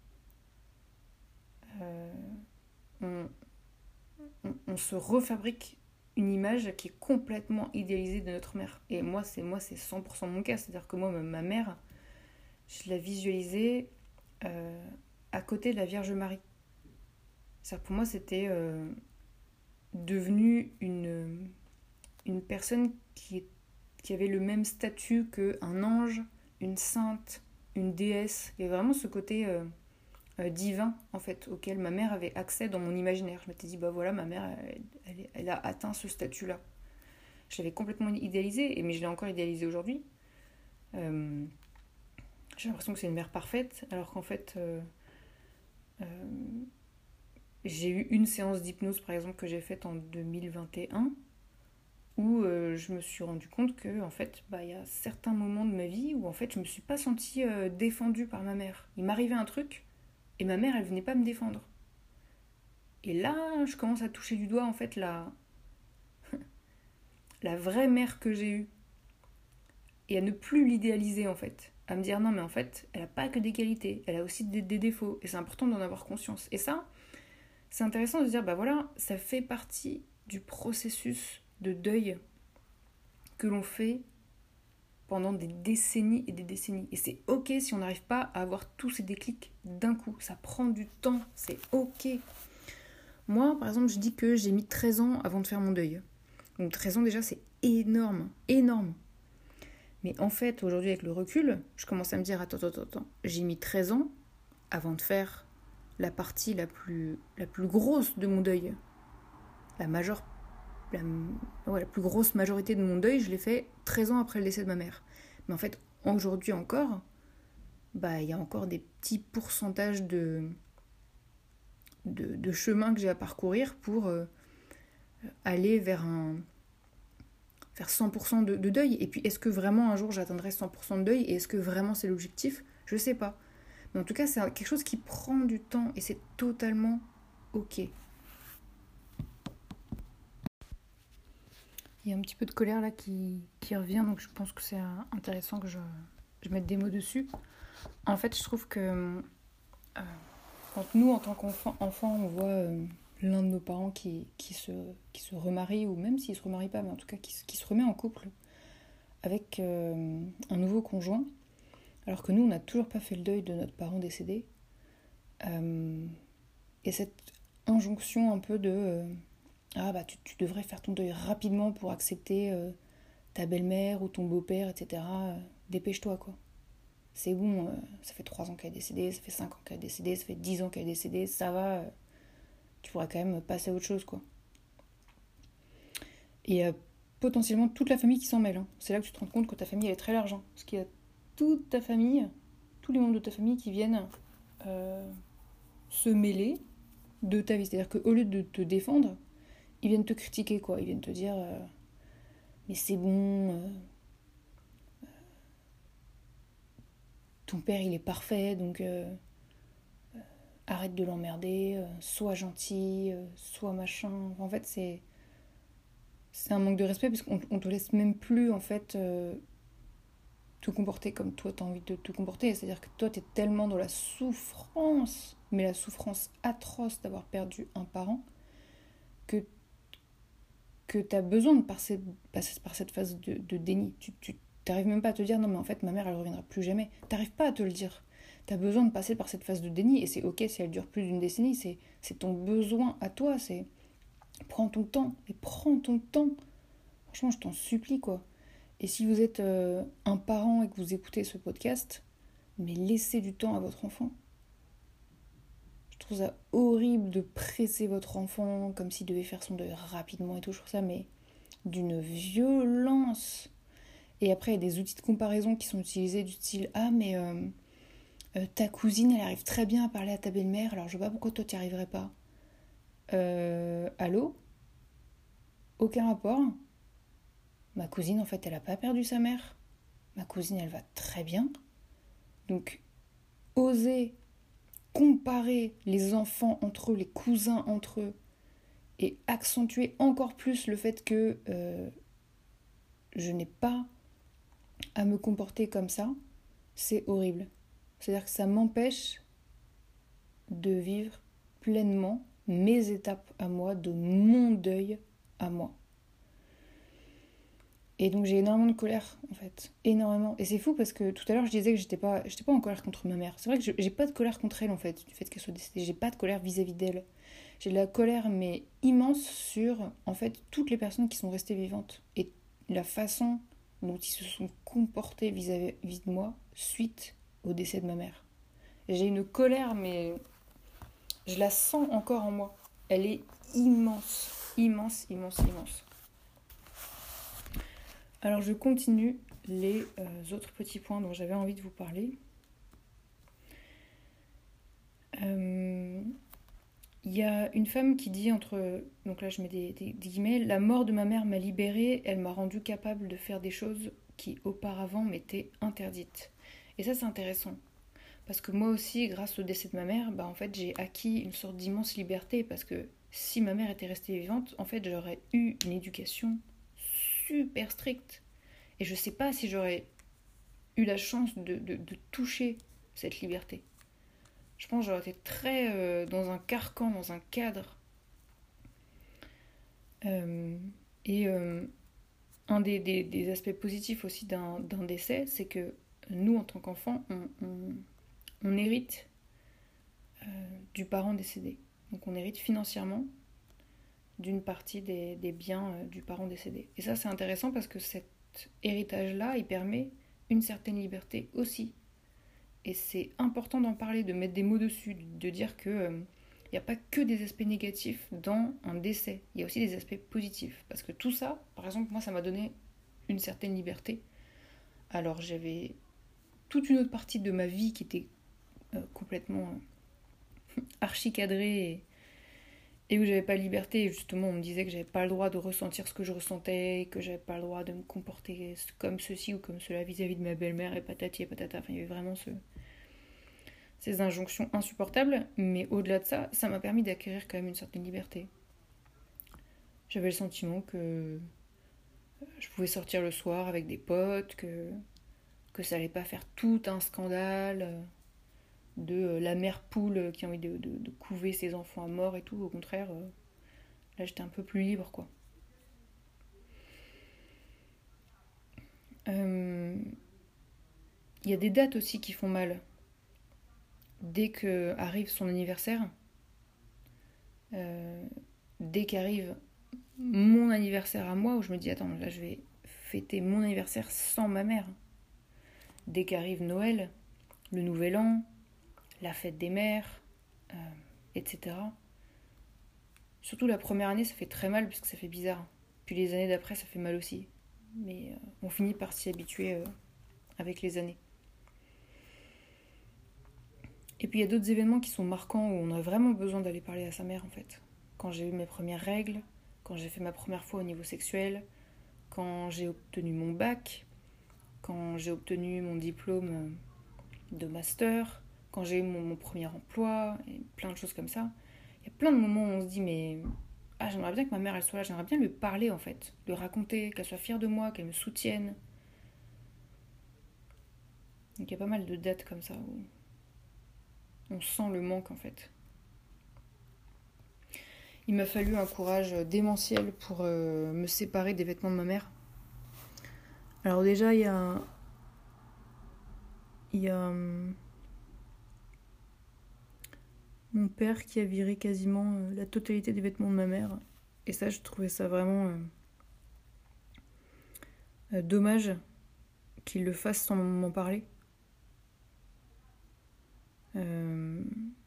Euh, on, on, on se refabrique une image qui est complètement idéalisée de notre mère. Et moi, c'est, moi, c'est cent pour cent mon cas. C'est-à-dire que moi, ma mère... je la visualisais euh, à côté de la Vierge Marie. Ça, pour moi, c'était euh, devenu une, une personne qui, qui avait le même statut qu'un ange, une sainte, une déesse. Il y avait vraiment ce côté euh, euh, divin, en fait, auquel ma mère avait accès dans mon imaginaire. Je m'étais dit, bah voilà, ma mère, elle, elle, elle a atteint ce statut-là. Je l'avais complètement idéalisé, mais je l'ai encore idéalisé aujourd'hui. Euh, j'ai l'impression que c'est une mère parfaite, alors qu'en fait, euh, euh, j'ai eu une séance d'hypnose, par exemple, que j'ai faite en deux mille vingt et un, où euh, je me suis rendu compte que, en fait, bah, y a certains moments de ma vie où, en fait, je me suis pas sentie euh, défendue par ma mère. Il m'arrivait un truc, et ma mère, elle venait pas me défendre. Et là, je commence à toucher du doigt, en fait, la, la vraie mère que j'ai eue. Et à ne plus l'idéaliser, en fait. À me dire, non, mais en fait, elle a pas que des qualités, elle a aussi des, des défauts. Et c'est important d'en avoir conscience. Et ça, c'est intéressant de se dire, bah voilà, ça fait partie du processus de deuil que l'on fait pendant des décennies et des décennies. Et c'est ok si on n'arrive pas à avoir tous ces déclics d'un coup. Ça prend du temps, c'est ok. Moi, par exemple, je dis que j'ai mis treize ans avant de faire mon deuil. Donc treize ans déjà, c'est énorme, énorme. Mais en fait, aujourd'hui, avec le recul, je commence à me dire, attends, attends, attends, j'ai mis treize ans avant de faire la partie la plus, la plus grosse de mon deuil. La majeure, la, ouais, la plus grosse majorité de mon deuil, je l'ai fait treize ans après le décès de ma mère. Mais en fait, aujourd'hui encore, bah, il y a encore des petits pourcentages de, de, de chemin que j'ai à parcourir pour euh, aller vers un... faire cent pour cent de, de deuil. Et puis, est-ce que vraiment un jour j'atteindrai cent pour cent de deuil? Et est-ce que vraiment c'est l'objectif? Je sais pas. Mais en tout cas, c'est quelque chose qui prend du temps et c'est totalement ok. Il y a un petit peu de colère là qui, qui revient, donc je pense que c'est intéressant que je, je mette des mots dessus. En fait, je trouve que euh, quand nous, en tant qu'enfants, enfants, on voit euh, l'un de nos parents qui, qui, se, qui se remarie, ou même s'il ne se remarie pas, mais en tout cas qui, qui se remet en couple avec euh, un nouveau conjoint, alors que nous, on n'a toujours pas fait le deuil de notre parent décédé. Euh, et cette injonction un peu de euh, ah bah tu, tu devrais faire ton deuil rapidement pour accepter euh, ta belle-mère ou ton beau-père, et cetera. Euh, dépêche-toi quoi. C'est bon, euh, ça fait trois ans qu'elle est décédée, ça fait cinq ans qu'elle est décédée, ça fait dix ans qu'elle est décédée, ça va, euh, tu pourrais quand même passer à autre chose quoi. Et euh, potentiellement toute la famille qui s'en mêle. Hein. C'est là que tu te rends compte que ta famille elle est très large. Hein, parce qu'il y a toute ta famille, tous les membres de ta famille qui viennent euh, se mêler de ta vie. C'est-à-dire qu'au lieu de te défendre, ils viennent te critiquer, quoi. Ils viennent te dire euh, mais c'est bon, euh, ton père il est parfait, donc euh, arrête de l'emmerder, euh, sois gentil, euh, sois machin. En fait, c'est, c'est un manque de respect parce qu'on on te laisse même plus, en fait, euh, te comporter comme toi t'as envie de te comporter. C'est-à-dire que toi t'es tellement dans la souffrance, mais la souffrance atroce d'avoir perdu un parent, que que tu as besoin de passer, passer par cette phase de, de déni. Tu, tu t'arrives même pas à te dire non mais en fait ma mère elle reviendra plus jamais. T'arrives pas à te le dire. T'as besoin de passer par cette phase de déni et c'est ok si elle dure plus d'une décennie. C'est, c'est ton besoin à toi. C'est prends ton temps. Et prends ton temps. Franchement je t'en supplie quoi. Et si vous êtes euh, un parent et que vous écoutez ce podcast, mais laissez du temps à votre enfant. Je trouve ça horrible de presser votre enfant comme s'il devait faire son deuil rapidement et tout. Je trouve ça mais d'une violence. Et après, il y a des outils de comparaison qui sont utilisés du style ah mais euh, euh, ta cousine elle arrive très bien à parler à ta belle-mère, alors je vois pas pourquoi toi tu n'y arriverais pas. Euh, allô? Aucun rapport. Ma cousine en fait elle a pas perdu sa mère. Ma cousine elle va très bien. Donc oser comparer les enfants entre eux, les cousins entre eux, et accentuer encore plus le fait que euh, je n'ai pas à me comporter comme ça, c'est horrible. C'est-à-dire que ça m'empêche de vivre pleinement mes étapes à moi, de mon deuil à moi. Et donc j'ai énormément de colère, en fait. Énormément. Et c'est fou parce que tout à l'heure, je disais que j'étais pas, j'étais pas en colère contre ma mère. C'est vrai que je- j'ai pas de colère contre elle, en fait, du fait qu'elle soit décédée. J'ai pas de colère vis-à-vis d'elle. J'ai de la colère, mais immense sur, en fait, toutes les personnes qui sont restées vivantes. Et la façon dont ils se sont comportés vis-à-vis de moi suite au décès de ma mère. J'ai une colère, mais je la sens encore en moi. Elle est immense, immense, immense, immense. Alors je continue les euh, autres petits points dont j'avais envie de vous parler. Euh, Il y a une femme qui dit entre... Donc là je mets des, des, des guillemets. La mort de ma mère m'a libérée, elle m'a rendue capable de faire des choses qui auparavant m'étaient interdites. Et ça c'est intéressant. Parce que moi aussi, grâce au décès de ma mère, bah en fait j'ai acquis une sorte d'immense liberté. Parce que si ma mère était restée vivante, en fait j'aurais eu une éducation super stricte. Et je sais pas si j'aurais eu la chance de, de, de toucher cette liberté. Je pense que j'aurais été très euh, dans un carcan, dans un cadre. Euh, et euh, un des, des, des aspects positifs aussi d'un, d'un décès, c'est que nous, en tant qu'enfants, on, on, on hérite euh, du parent décédé. Donc on hérite financièrement d'une partie des, des biens euh, du parent décédé. Et ça, c'est intéressant parce que cet héritage-là, il permet une certaine liberté aussi. Et c'est important d'en parler, de mettre des mots dessus, de dire que il euh, n'y a pas que des aspects négatifs dans un décès, il y a aussi des aspects positifs. Parce que tout ça, par exemple, moi, ça m'a donné une certaine liberté. Alors j'avais toute une autre partie de ma vie qui était euh, complètement euh, archi cadrée et, et où j'avais pas de liberté. Et justement, on me disait que j'avais pas le droit de ressentir ce que je ressentais, que j'avais pas le droit de me comporter comme ceci ou comme cela vis-à-vis de ma belle-mère et patati et patata. Enfin, il y avait vraiment ce, ces injonctions insupportables, mais au-delà de ça, ça m'a permis d'acquérir quand même une certaine liberté. J'avais le sentiment que je pouvais sortir le soir avec des potes, que, que ça allait pas faire tout un scandale de la mère poule qui a envie de, de, de couver ses enfants à mort et tout. Au contraire, là j'étais un peu plus libre, quoi. Il euh, y a des dates aussi qui font mal. Dès qu'arrive son anniversaire, euh, dès qu'arrive mon anniversaire à moi, où je me dis attends, là je vais fêter mon anniversaire sans ma mère. Dès qu'arrive Noël, le Nouvel An, la fête des mères, euh, et cetera. Surtout la première année, ça fait très mal parce que ça fait bizarre. Puis les années d'après, ça fait mal aussi. Mais euh, on finit par s'y habituer euh, avec les années. Et puis il y a d'autres événements qui sont marquants où on a vraiment besoin d'aller parler à sa mère en fait. Quand j'ai eu mes premières règles, quand j'ai fait ma première fois au niveau sexuel, quand j'ai obtenu mon bac, quand j'ai obtenu mon diplôme de master, quand j'ai eu mon, mon premier emploi, et plein de choses comme ça. Il y a plein de moments où on se dit mais ah, j'aimerais bien que ma mère elle soit là, j'aimerais bien lui parler en fait, lui raconter, qu'elle soit fière de moi, qu'elle me soutienne. Donc il y a pas mal de dates comme ça où on sent le manque en fait. Il m'a fallu un courage démentiel pour euh, me séparer des vêtements de ma mère. Alors déjà, il y a... Il y a... Hum, mon père qui a viré quasiment euh, la totalité des vêtements de ma mère. Et ça, je trouvais ça vraiment euh, euh, dommage qu'il le fasse sans m'en parler. Euh...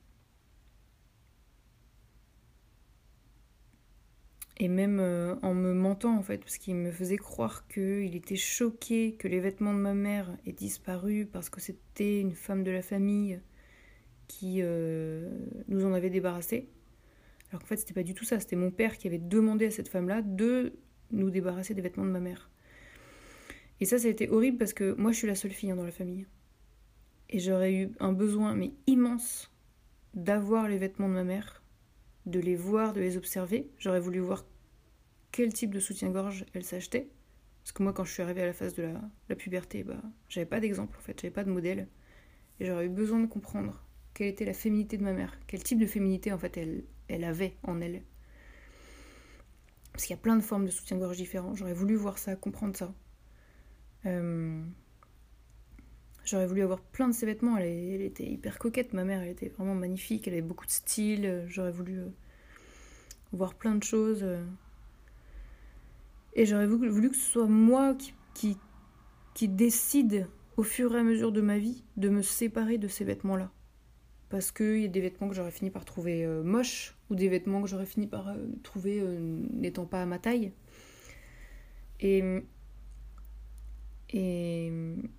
Et même euh, en me mentant en fait, parce qu'il me faisait croire qu'il était choqué que les vêtements de ma mère aient disparu parce que c'était une femme de la famille qui euh, nous en avait débarrassé. Alors qu'en fait, c'était pas du tout ça. C'était mon père qui avait demandé à cette femme-là de nous débarrasser des vêtements de ma mère. Et ça, ça a été horrible parce que moi, je suis la seule fille hein, dans la famille. Et j'aurais eu un besoin, mais immense, d'avoir les vêtements de ma mère, de les voir, de les observer. J'aurais voulu voir quel type de soutien-gorge elle s'achetait. Parce que moi, quand je suis arrivée à la phase de la, la puberté, bah, j'avais pas d'exemple en fait, j'avais pas de modèle. Et j'aurais eu besoin de comprendre quelle était la féminité de ma mère, quel type de féminité en fait elle, elle avait en elle. Parce qu'il y a plein de formes de soutien-gorge différents. J'aurais voulu voir ça, comprendre ça. Euh... J'aurais voulu avoir plein de ses vêtements. Elle, elle était hyper coquette, ma mère. Elle était vraiment magnifique. Elle avait beaucoup de style. J'aurais voulu euh, voir plein de choses. Et j'aurais voulu, voulu que ce soit moi qui, qui, qui décide au fur et à mesure de ma vie de me séparer de ces vêtements-là. Parce qu'il y a des vêtements que j'aurais fini par trouver euh, moches, ou des vêtements que j'aurais fini par euh, trouver euh, n'étant pas à ma taille. Et, et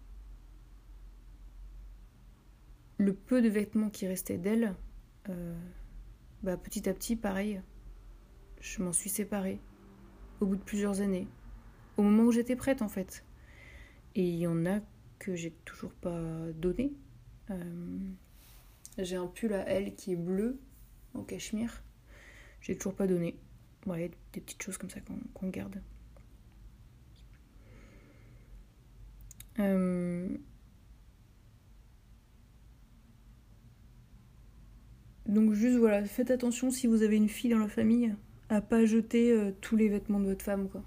le peu de vêtements qui restaient d'elle, euh, bah, petit à petit, pareil, je m'en suis séparée au bout de plusieurs années, au moment où j'étais prête en fait. Et il y en a que j'ai toujours pas donné. Euh, j'ai un pull à elle qui est bleu, en cachemire. J'ai toujours pas donné. Ouais, des petites choses comme ça qu'on, qu'on garde. Euh... Donc juste voilà, faites attention si vous avez une fille dans la famille à pas jeter euh, tous les vêtements de votre femme, quoi.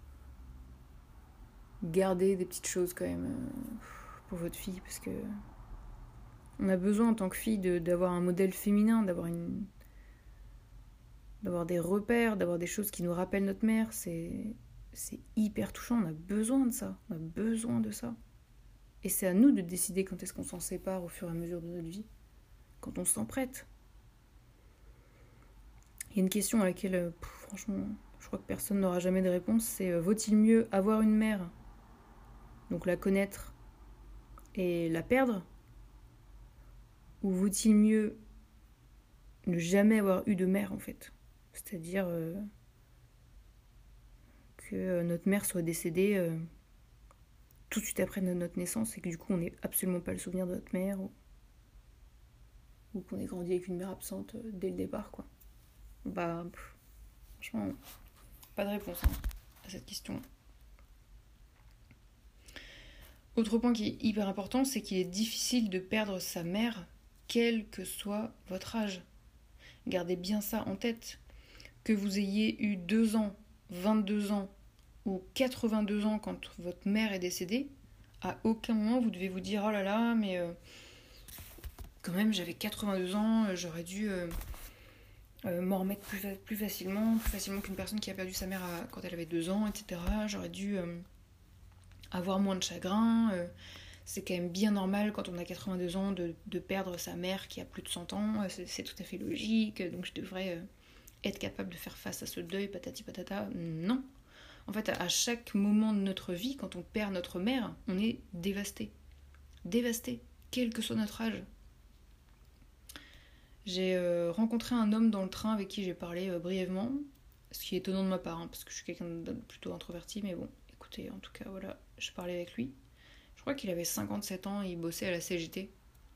Gardez des petites choses quand même euh, pour votre fille, parce que on a besoin en tant que fille de, d'avoir un modèle féminin, d'avoir une, d'avoir des repères, d'avoir des choses qui nous rappellent notre mère. C'est, c'est hyper touchant. On a besoin de ça. On a besoin de ça. Et c'est à nous de décider quand est-ce qu'on s'en sépare au fur et à mesure de notre vie, quand on se sent prête. Il y a une question à laquelle, pff, franchement, je crois que personne n'aura jamais de réponse. C'est euh, vaut-il mieux avoir une mère, donc la connaître et la perdre, ou vaut-il mieux ne jamais avoir eu de mère en fait, c'est-à-dire euh, que euh, notre mère soit décédée euh, tout de suite après notre naissance et que du coup on n'ait absolument pas le souvenir de notre mère, ou, ou qu'on ait grandi avec une mère absente euh, dès le départ, quoi. Bah, pff, franchement, pas de réponse hein, à cette question. Autre point qui est hyper important, c'est qu'il est difficile de perdre sa mère, quel que soit votre âge. Gardez bien ça en tête. Que vous ayez eu deux ans, vingt-deux ans ou quatre-vingt-deux ans quand votre mère est décédée, à aucun moment vous devez vous dire « Oh là là, mais euh, quand même j'avais quatre-vingt-deux ans, j'aurais dû euh, euh, m'en remettre plus, fa- plus facilement, plus facilement qu'une personne qui a perdu sa mère à, quand elle avait deux ans, et cetera. J'aurais dû euh, avoir moins de chagrin. Euh, c'est quand même bien normal quand on a quatre-vingt-deux ans de, de perdre sa mère qui a plus de cent ans, c'est, c'est tout à fait logique, donc je devrais... Euh, être capable de faire face à ce deuil, patati patata. Non. En fait, à chaque moment de notre vie, quand on perd notre mère, on est dévasté. Dévasté, quel que soit notre âge. J'ai euh, rencontré un homme dans le train avec qui j'ai parlé euh, brièvement, ce qui est étonnant de ma part, hein, parce que je suis quelqu'un de plutôt introverti, mais bon, écoutez, en tout cas, voilà, je parlais avec lui. Je crois qu'il avait cinquante-sept ans et il bossait à la C G T.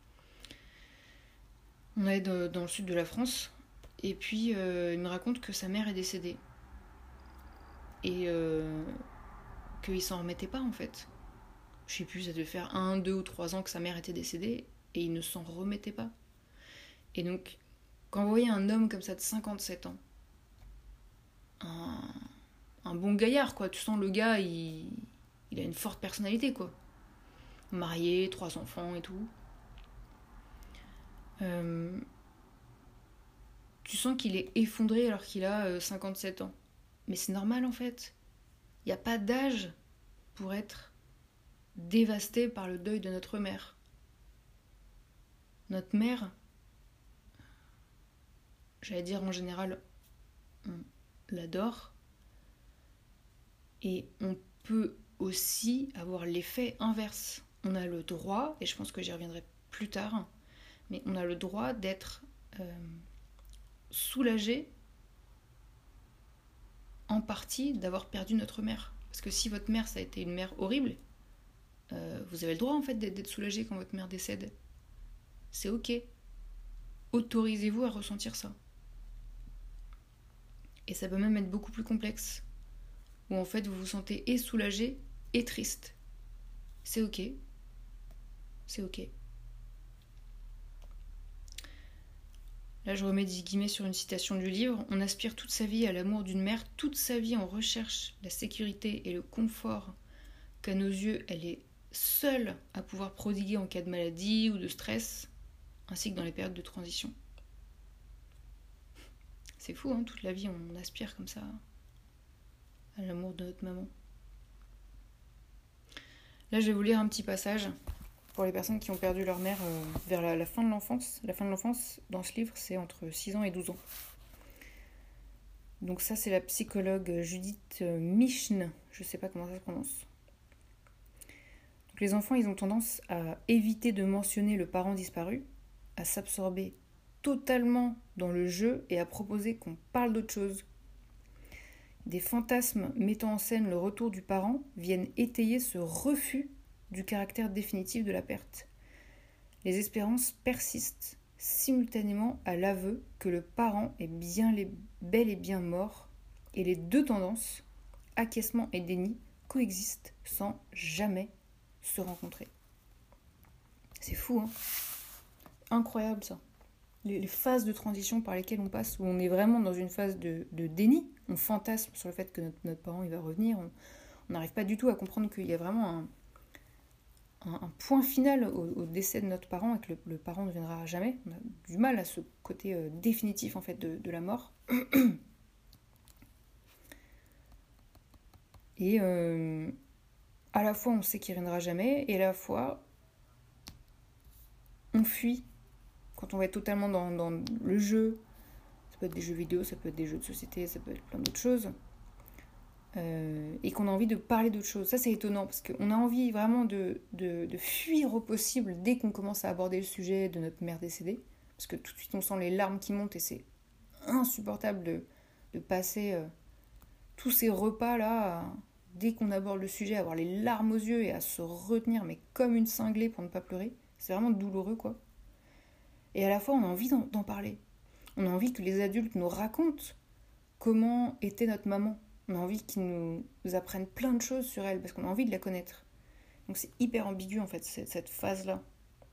On est dans le sud de la France. Et puis, euh, il me raconte que sa mère est décédée. Et euh, qu'il s'en remettait pas, en fait. Je sais plus, ça devait faire un, deux ou trois ans que sa mère était décédée, et il ne s'en remettait pas. Et donc, quand vous voyez un homme comme ça de cinquante-sept ans, un, un bon gaillard, quoi, tu sens le gars, il, il a une forte personnalité, quoi. Marié, trois enfants et tout. Euh... Tu sens qu'il est effondré alors qu'il a euh, cinquante-sept ans. Mais c'est normal en fait. Il n'y a pas d'âge pour être dévasté par le deuil de notre mère. Notre mère, j'allais dire en général, on l'adore. Et on peut aussi avoir l'effet inverse. On a le droit, et je pense que j'y reviendrai plus tard, mais on a le droit d'être... Euh, soulagé en partie d'avoir perdu notre mère. Parce que si votre mère, ça a été une mère horrible, euh, vous avez le droit en fait d'être, d'être soulagé quand votre mère décède. C'est ok. Autorisez-vous à ressentir ça. Et ça peut même être beaucoup plus complexe, où en fait vous vous sentez et soulagé et triste. C'est ok. C'est ok. Là, je remets des guillemets sur une citation du livre. On aspire toute sa vie à l'amour d'une mère, toute sa vie on recherche la sécurité et le confort qu'à nos yeux, elle est seule à pouvoir prodiguer en cas de maladie ou de stress, ainsi que dans les périodes de transition. C'est fou, hein, toute la vie, on aspire comme ça à l'amour de notre maman. Là, je vais vous lire un petit passage pour les personnes qui ont perdu leur mère euh, vers la, la fin de l'enfance. La fin de l'enfance, dans ce livre, c'est entre six ans et douze ans. Donc ça, c'est la psychologue Judith Michn, je ne sais pas comment ça se prononce. Donc les enfants, ils ont tendance à éviter de mentionner le parent disparu, à s'absorber totalement dans le jeu et à proposer qu'on parle d'autre chose. Des fantasmes mettant en scène le retour du parent viennent étayer ce refus du caractère définitif de la perte. Les espérances persistent simultanément à l'aveu que le parent est bien les, bel et bien mort, et les deux tendances, acquiescement et déni, coexistent sans jamais se rencontrer. C'est fou, hein ? Incroyable ça. Les, les phases de transition par lesquelles on passe, où on est vraiment dans une phase de, de déni, on fantasme sur le fait que notre, notre parent il va revenir, on n'arrive pas du tout à comprendre qu'il y a vraiment un Un, un point final au, au décès de notre parent et que le, le parent ne viendra jamais. On a du mal à ce côté euh, définitif en fait de, de la mort. Et euh, à la fois on sait qu'il ne viendra jamais et à la fois on fuit quand on va être totalement dans, dans le jeu. Ça peut être des jeux vidéo, ça peut être des jeux de société, ça peut être plein d'autres choses. Euh, et qu'on a envie de parler d'autre chose. Ça, c'est étonnant, parce qu'on a envie vraiment de, de, de fuir au possible dès qu'on commence à aborder le sujet de notre mère décédée, parce que tout de suite, on sent les larmes qui montent, et c'est insupportable de, de passer euh, tous ces repas-là, à, dès qu'on aborde le sujet, à avoir les larmes aux yeux et à se retenir, mais comme une cinglée pour ne pas pleurer. C'est vraiment douloureux, quoi. Et à la fois, on a envie d'en, d'en parler. On a envie que les adultes nous racontent comment était notre maman. On a envie qu'ils nous apprennent plein de choses sur elle, parce qu'on a envie de la connaître. Donc c'est hyper ambigu, en fait, cette phase-là.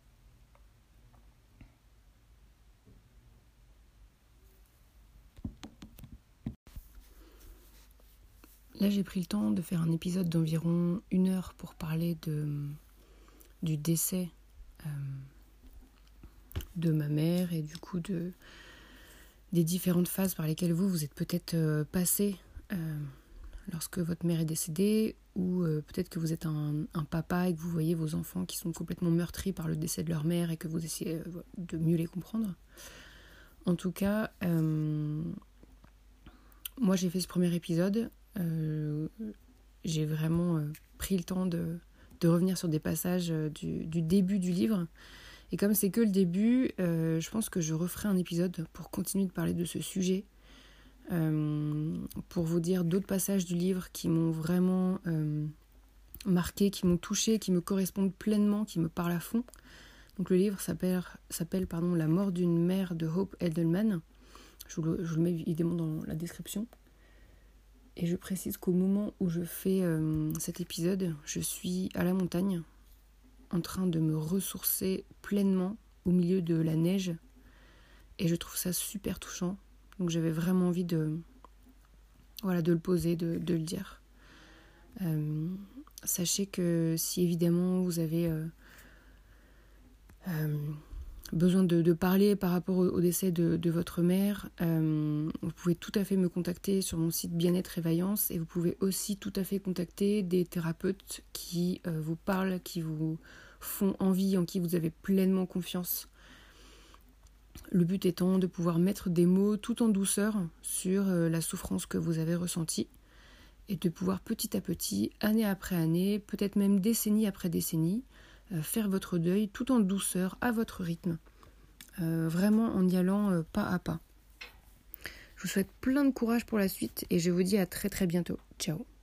Là, j'ai pris le temps de faire un épisode d'environ une heure pour parler de, du décès euh, de ma mère et du coup de, des différentes phases par lesquelles vous, vous êtes peut-être euh, passé euh, lorsque votre mère est décédée, ou euh, peut-être que vous êtes un, un papa et que vous voyez vos enfants qui sont complètement meurtris par le décès de leur mère et que vous essayez euh, de mieux les comprendre. En tout cas, euh, moi j'ai fait ce premier épisode, euh, j'ai vraiment euh, pris le temps de, de revenir sur des passages euh, du, du début du livre. Et comme c'est que le début, euh, je pense que je referai un épisode pour continuer de parler de ce sujet, euh, pour vous dire d'autres passages du livre qui m'ont vraiment euh, marqué, qui m'ont touché, qui me correspondent pleinement, qui me parlent à fond. Donc le livre s'appelle, s'appelle pardon, La mort d'une mère de Hope Edelman. Je vous, le, je vous le mets évidemment dans la description. Et je précise qu'au moment où je fais euh, cet épisode, je suis à la montagne, en train de me ressourcer pleinement au milieu de la neige. Et je trouve ça super touchant. Donc j'avais vraiment envie de, voilà, de le poser, de, de le dire. Euh, sachez que si évidemment vous avez euh, euh, besoin de, de parler par rapport au, au décès de, de votre mère, euh, vous pouvez tout à fait me contacter sur mon site Bien-être et Vaillance, et vous pouvez aussi tout à fait contacter des thérapeutes qui euh, vous parlent, qui vous font envie, en qui vous avez pleinement confiance. Le but étant de pouvoir mettre des mots tout en douceur sur euh, la souffrance que vous avez ressentie et de pouvoir petit à petit, année après année, peut-être même décennie après décennie, euh, faire votre deuil tout en douceur, à votre rythme, euh, vraiment en y allant euh, pas à pas. Je vous souhaite plein de courage pour la suite et je vous dis à très très bientôt. Ciao.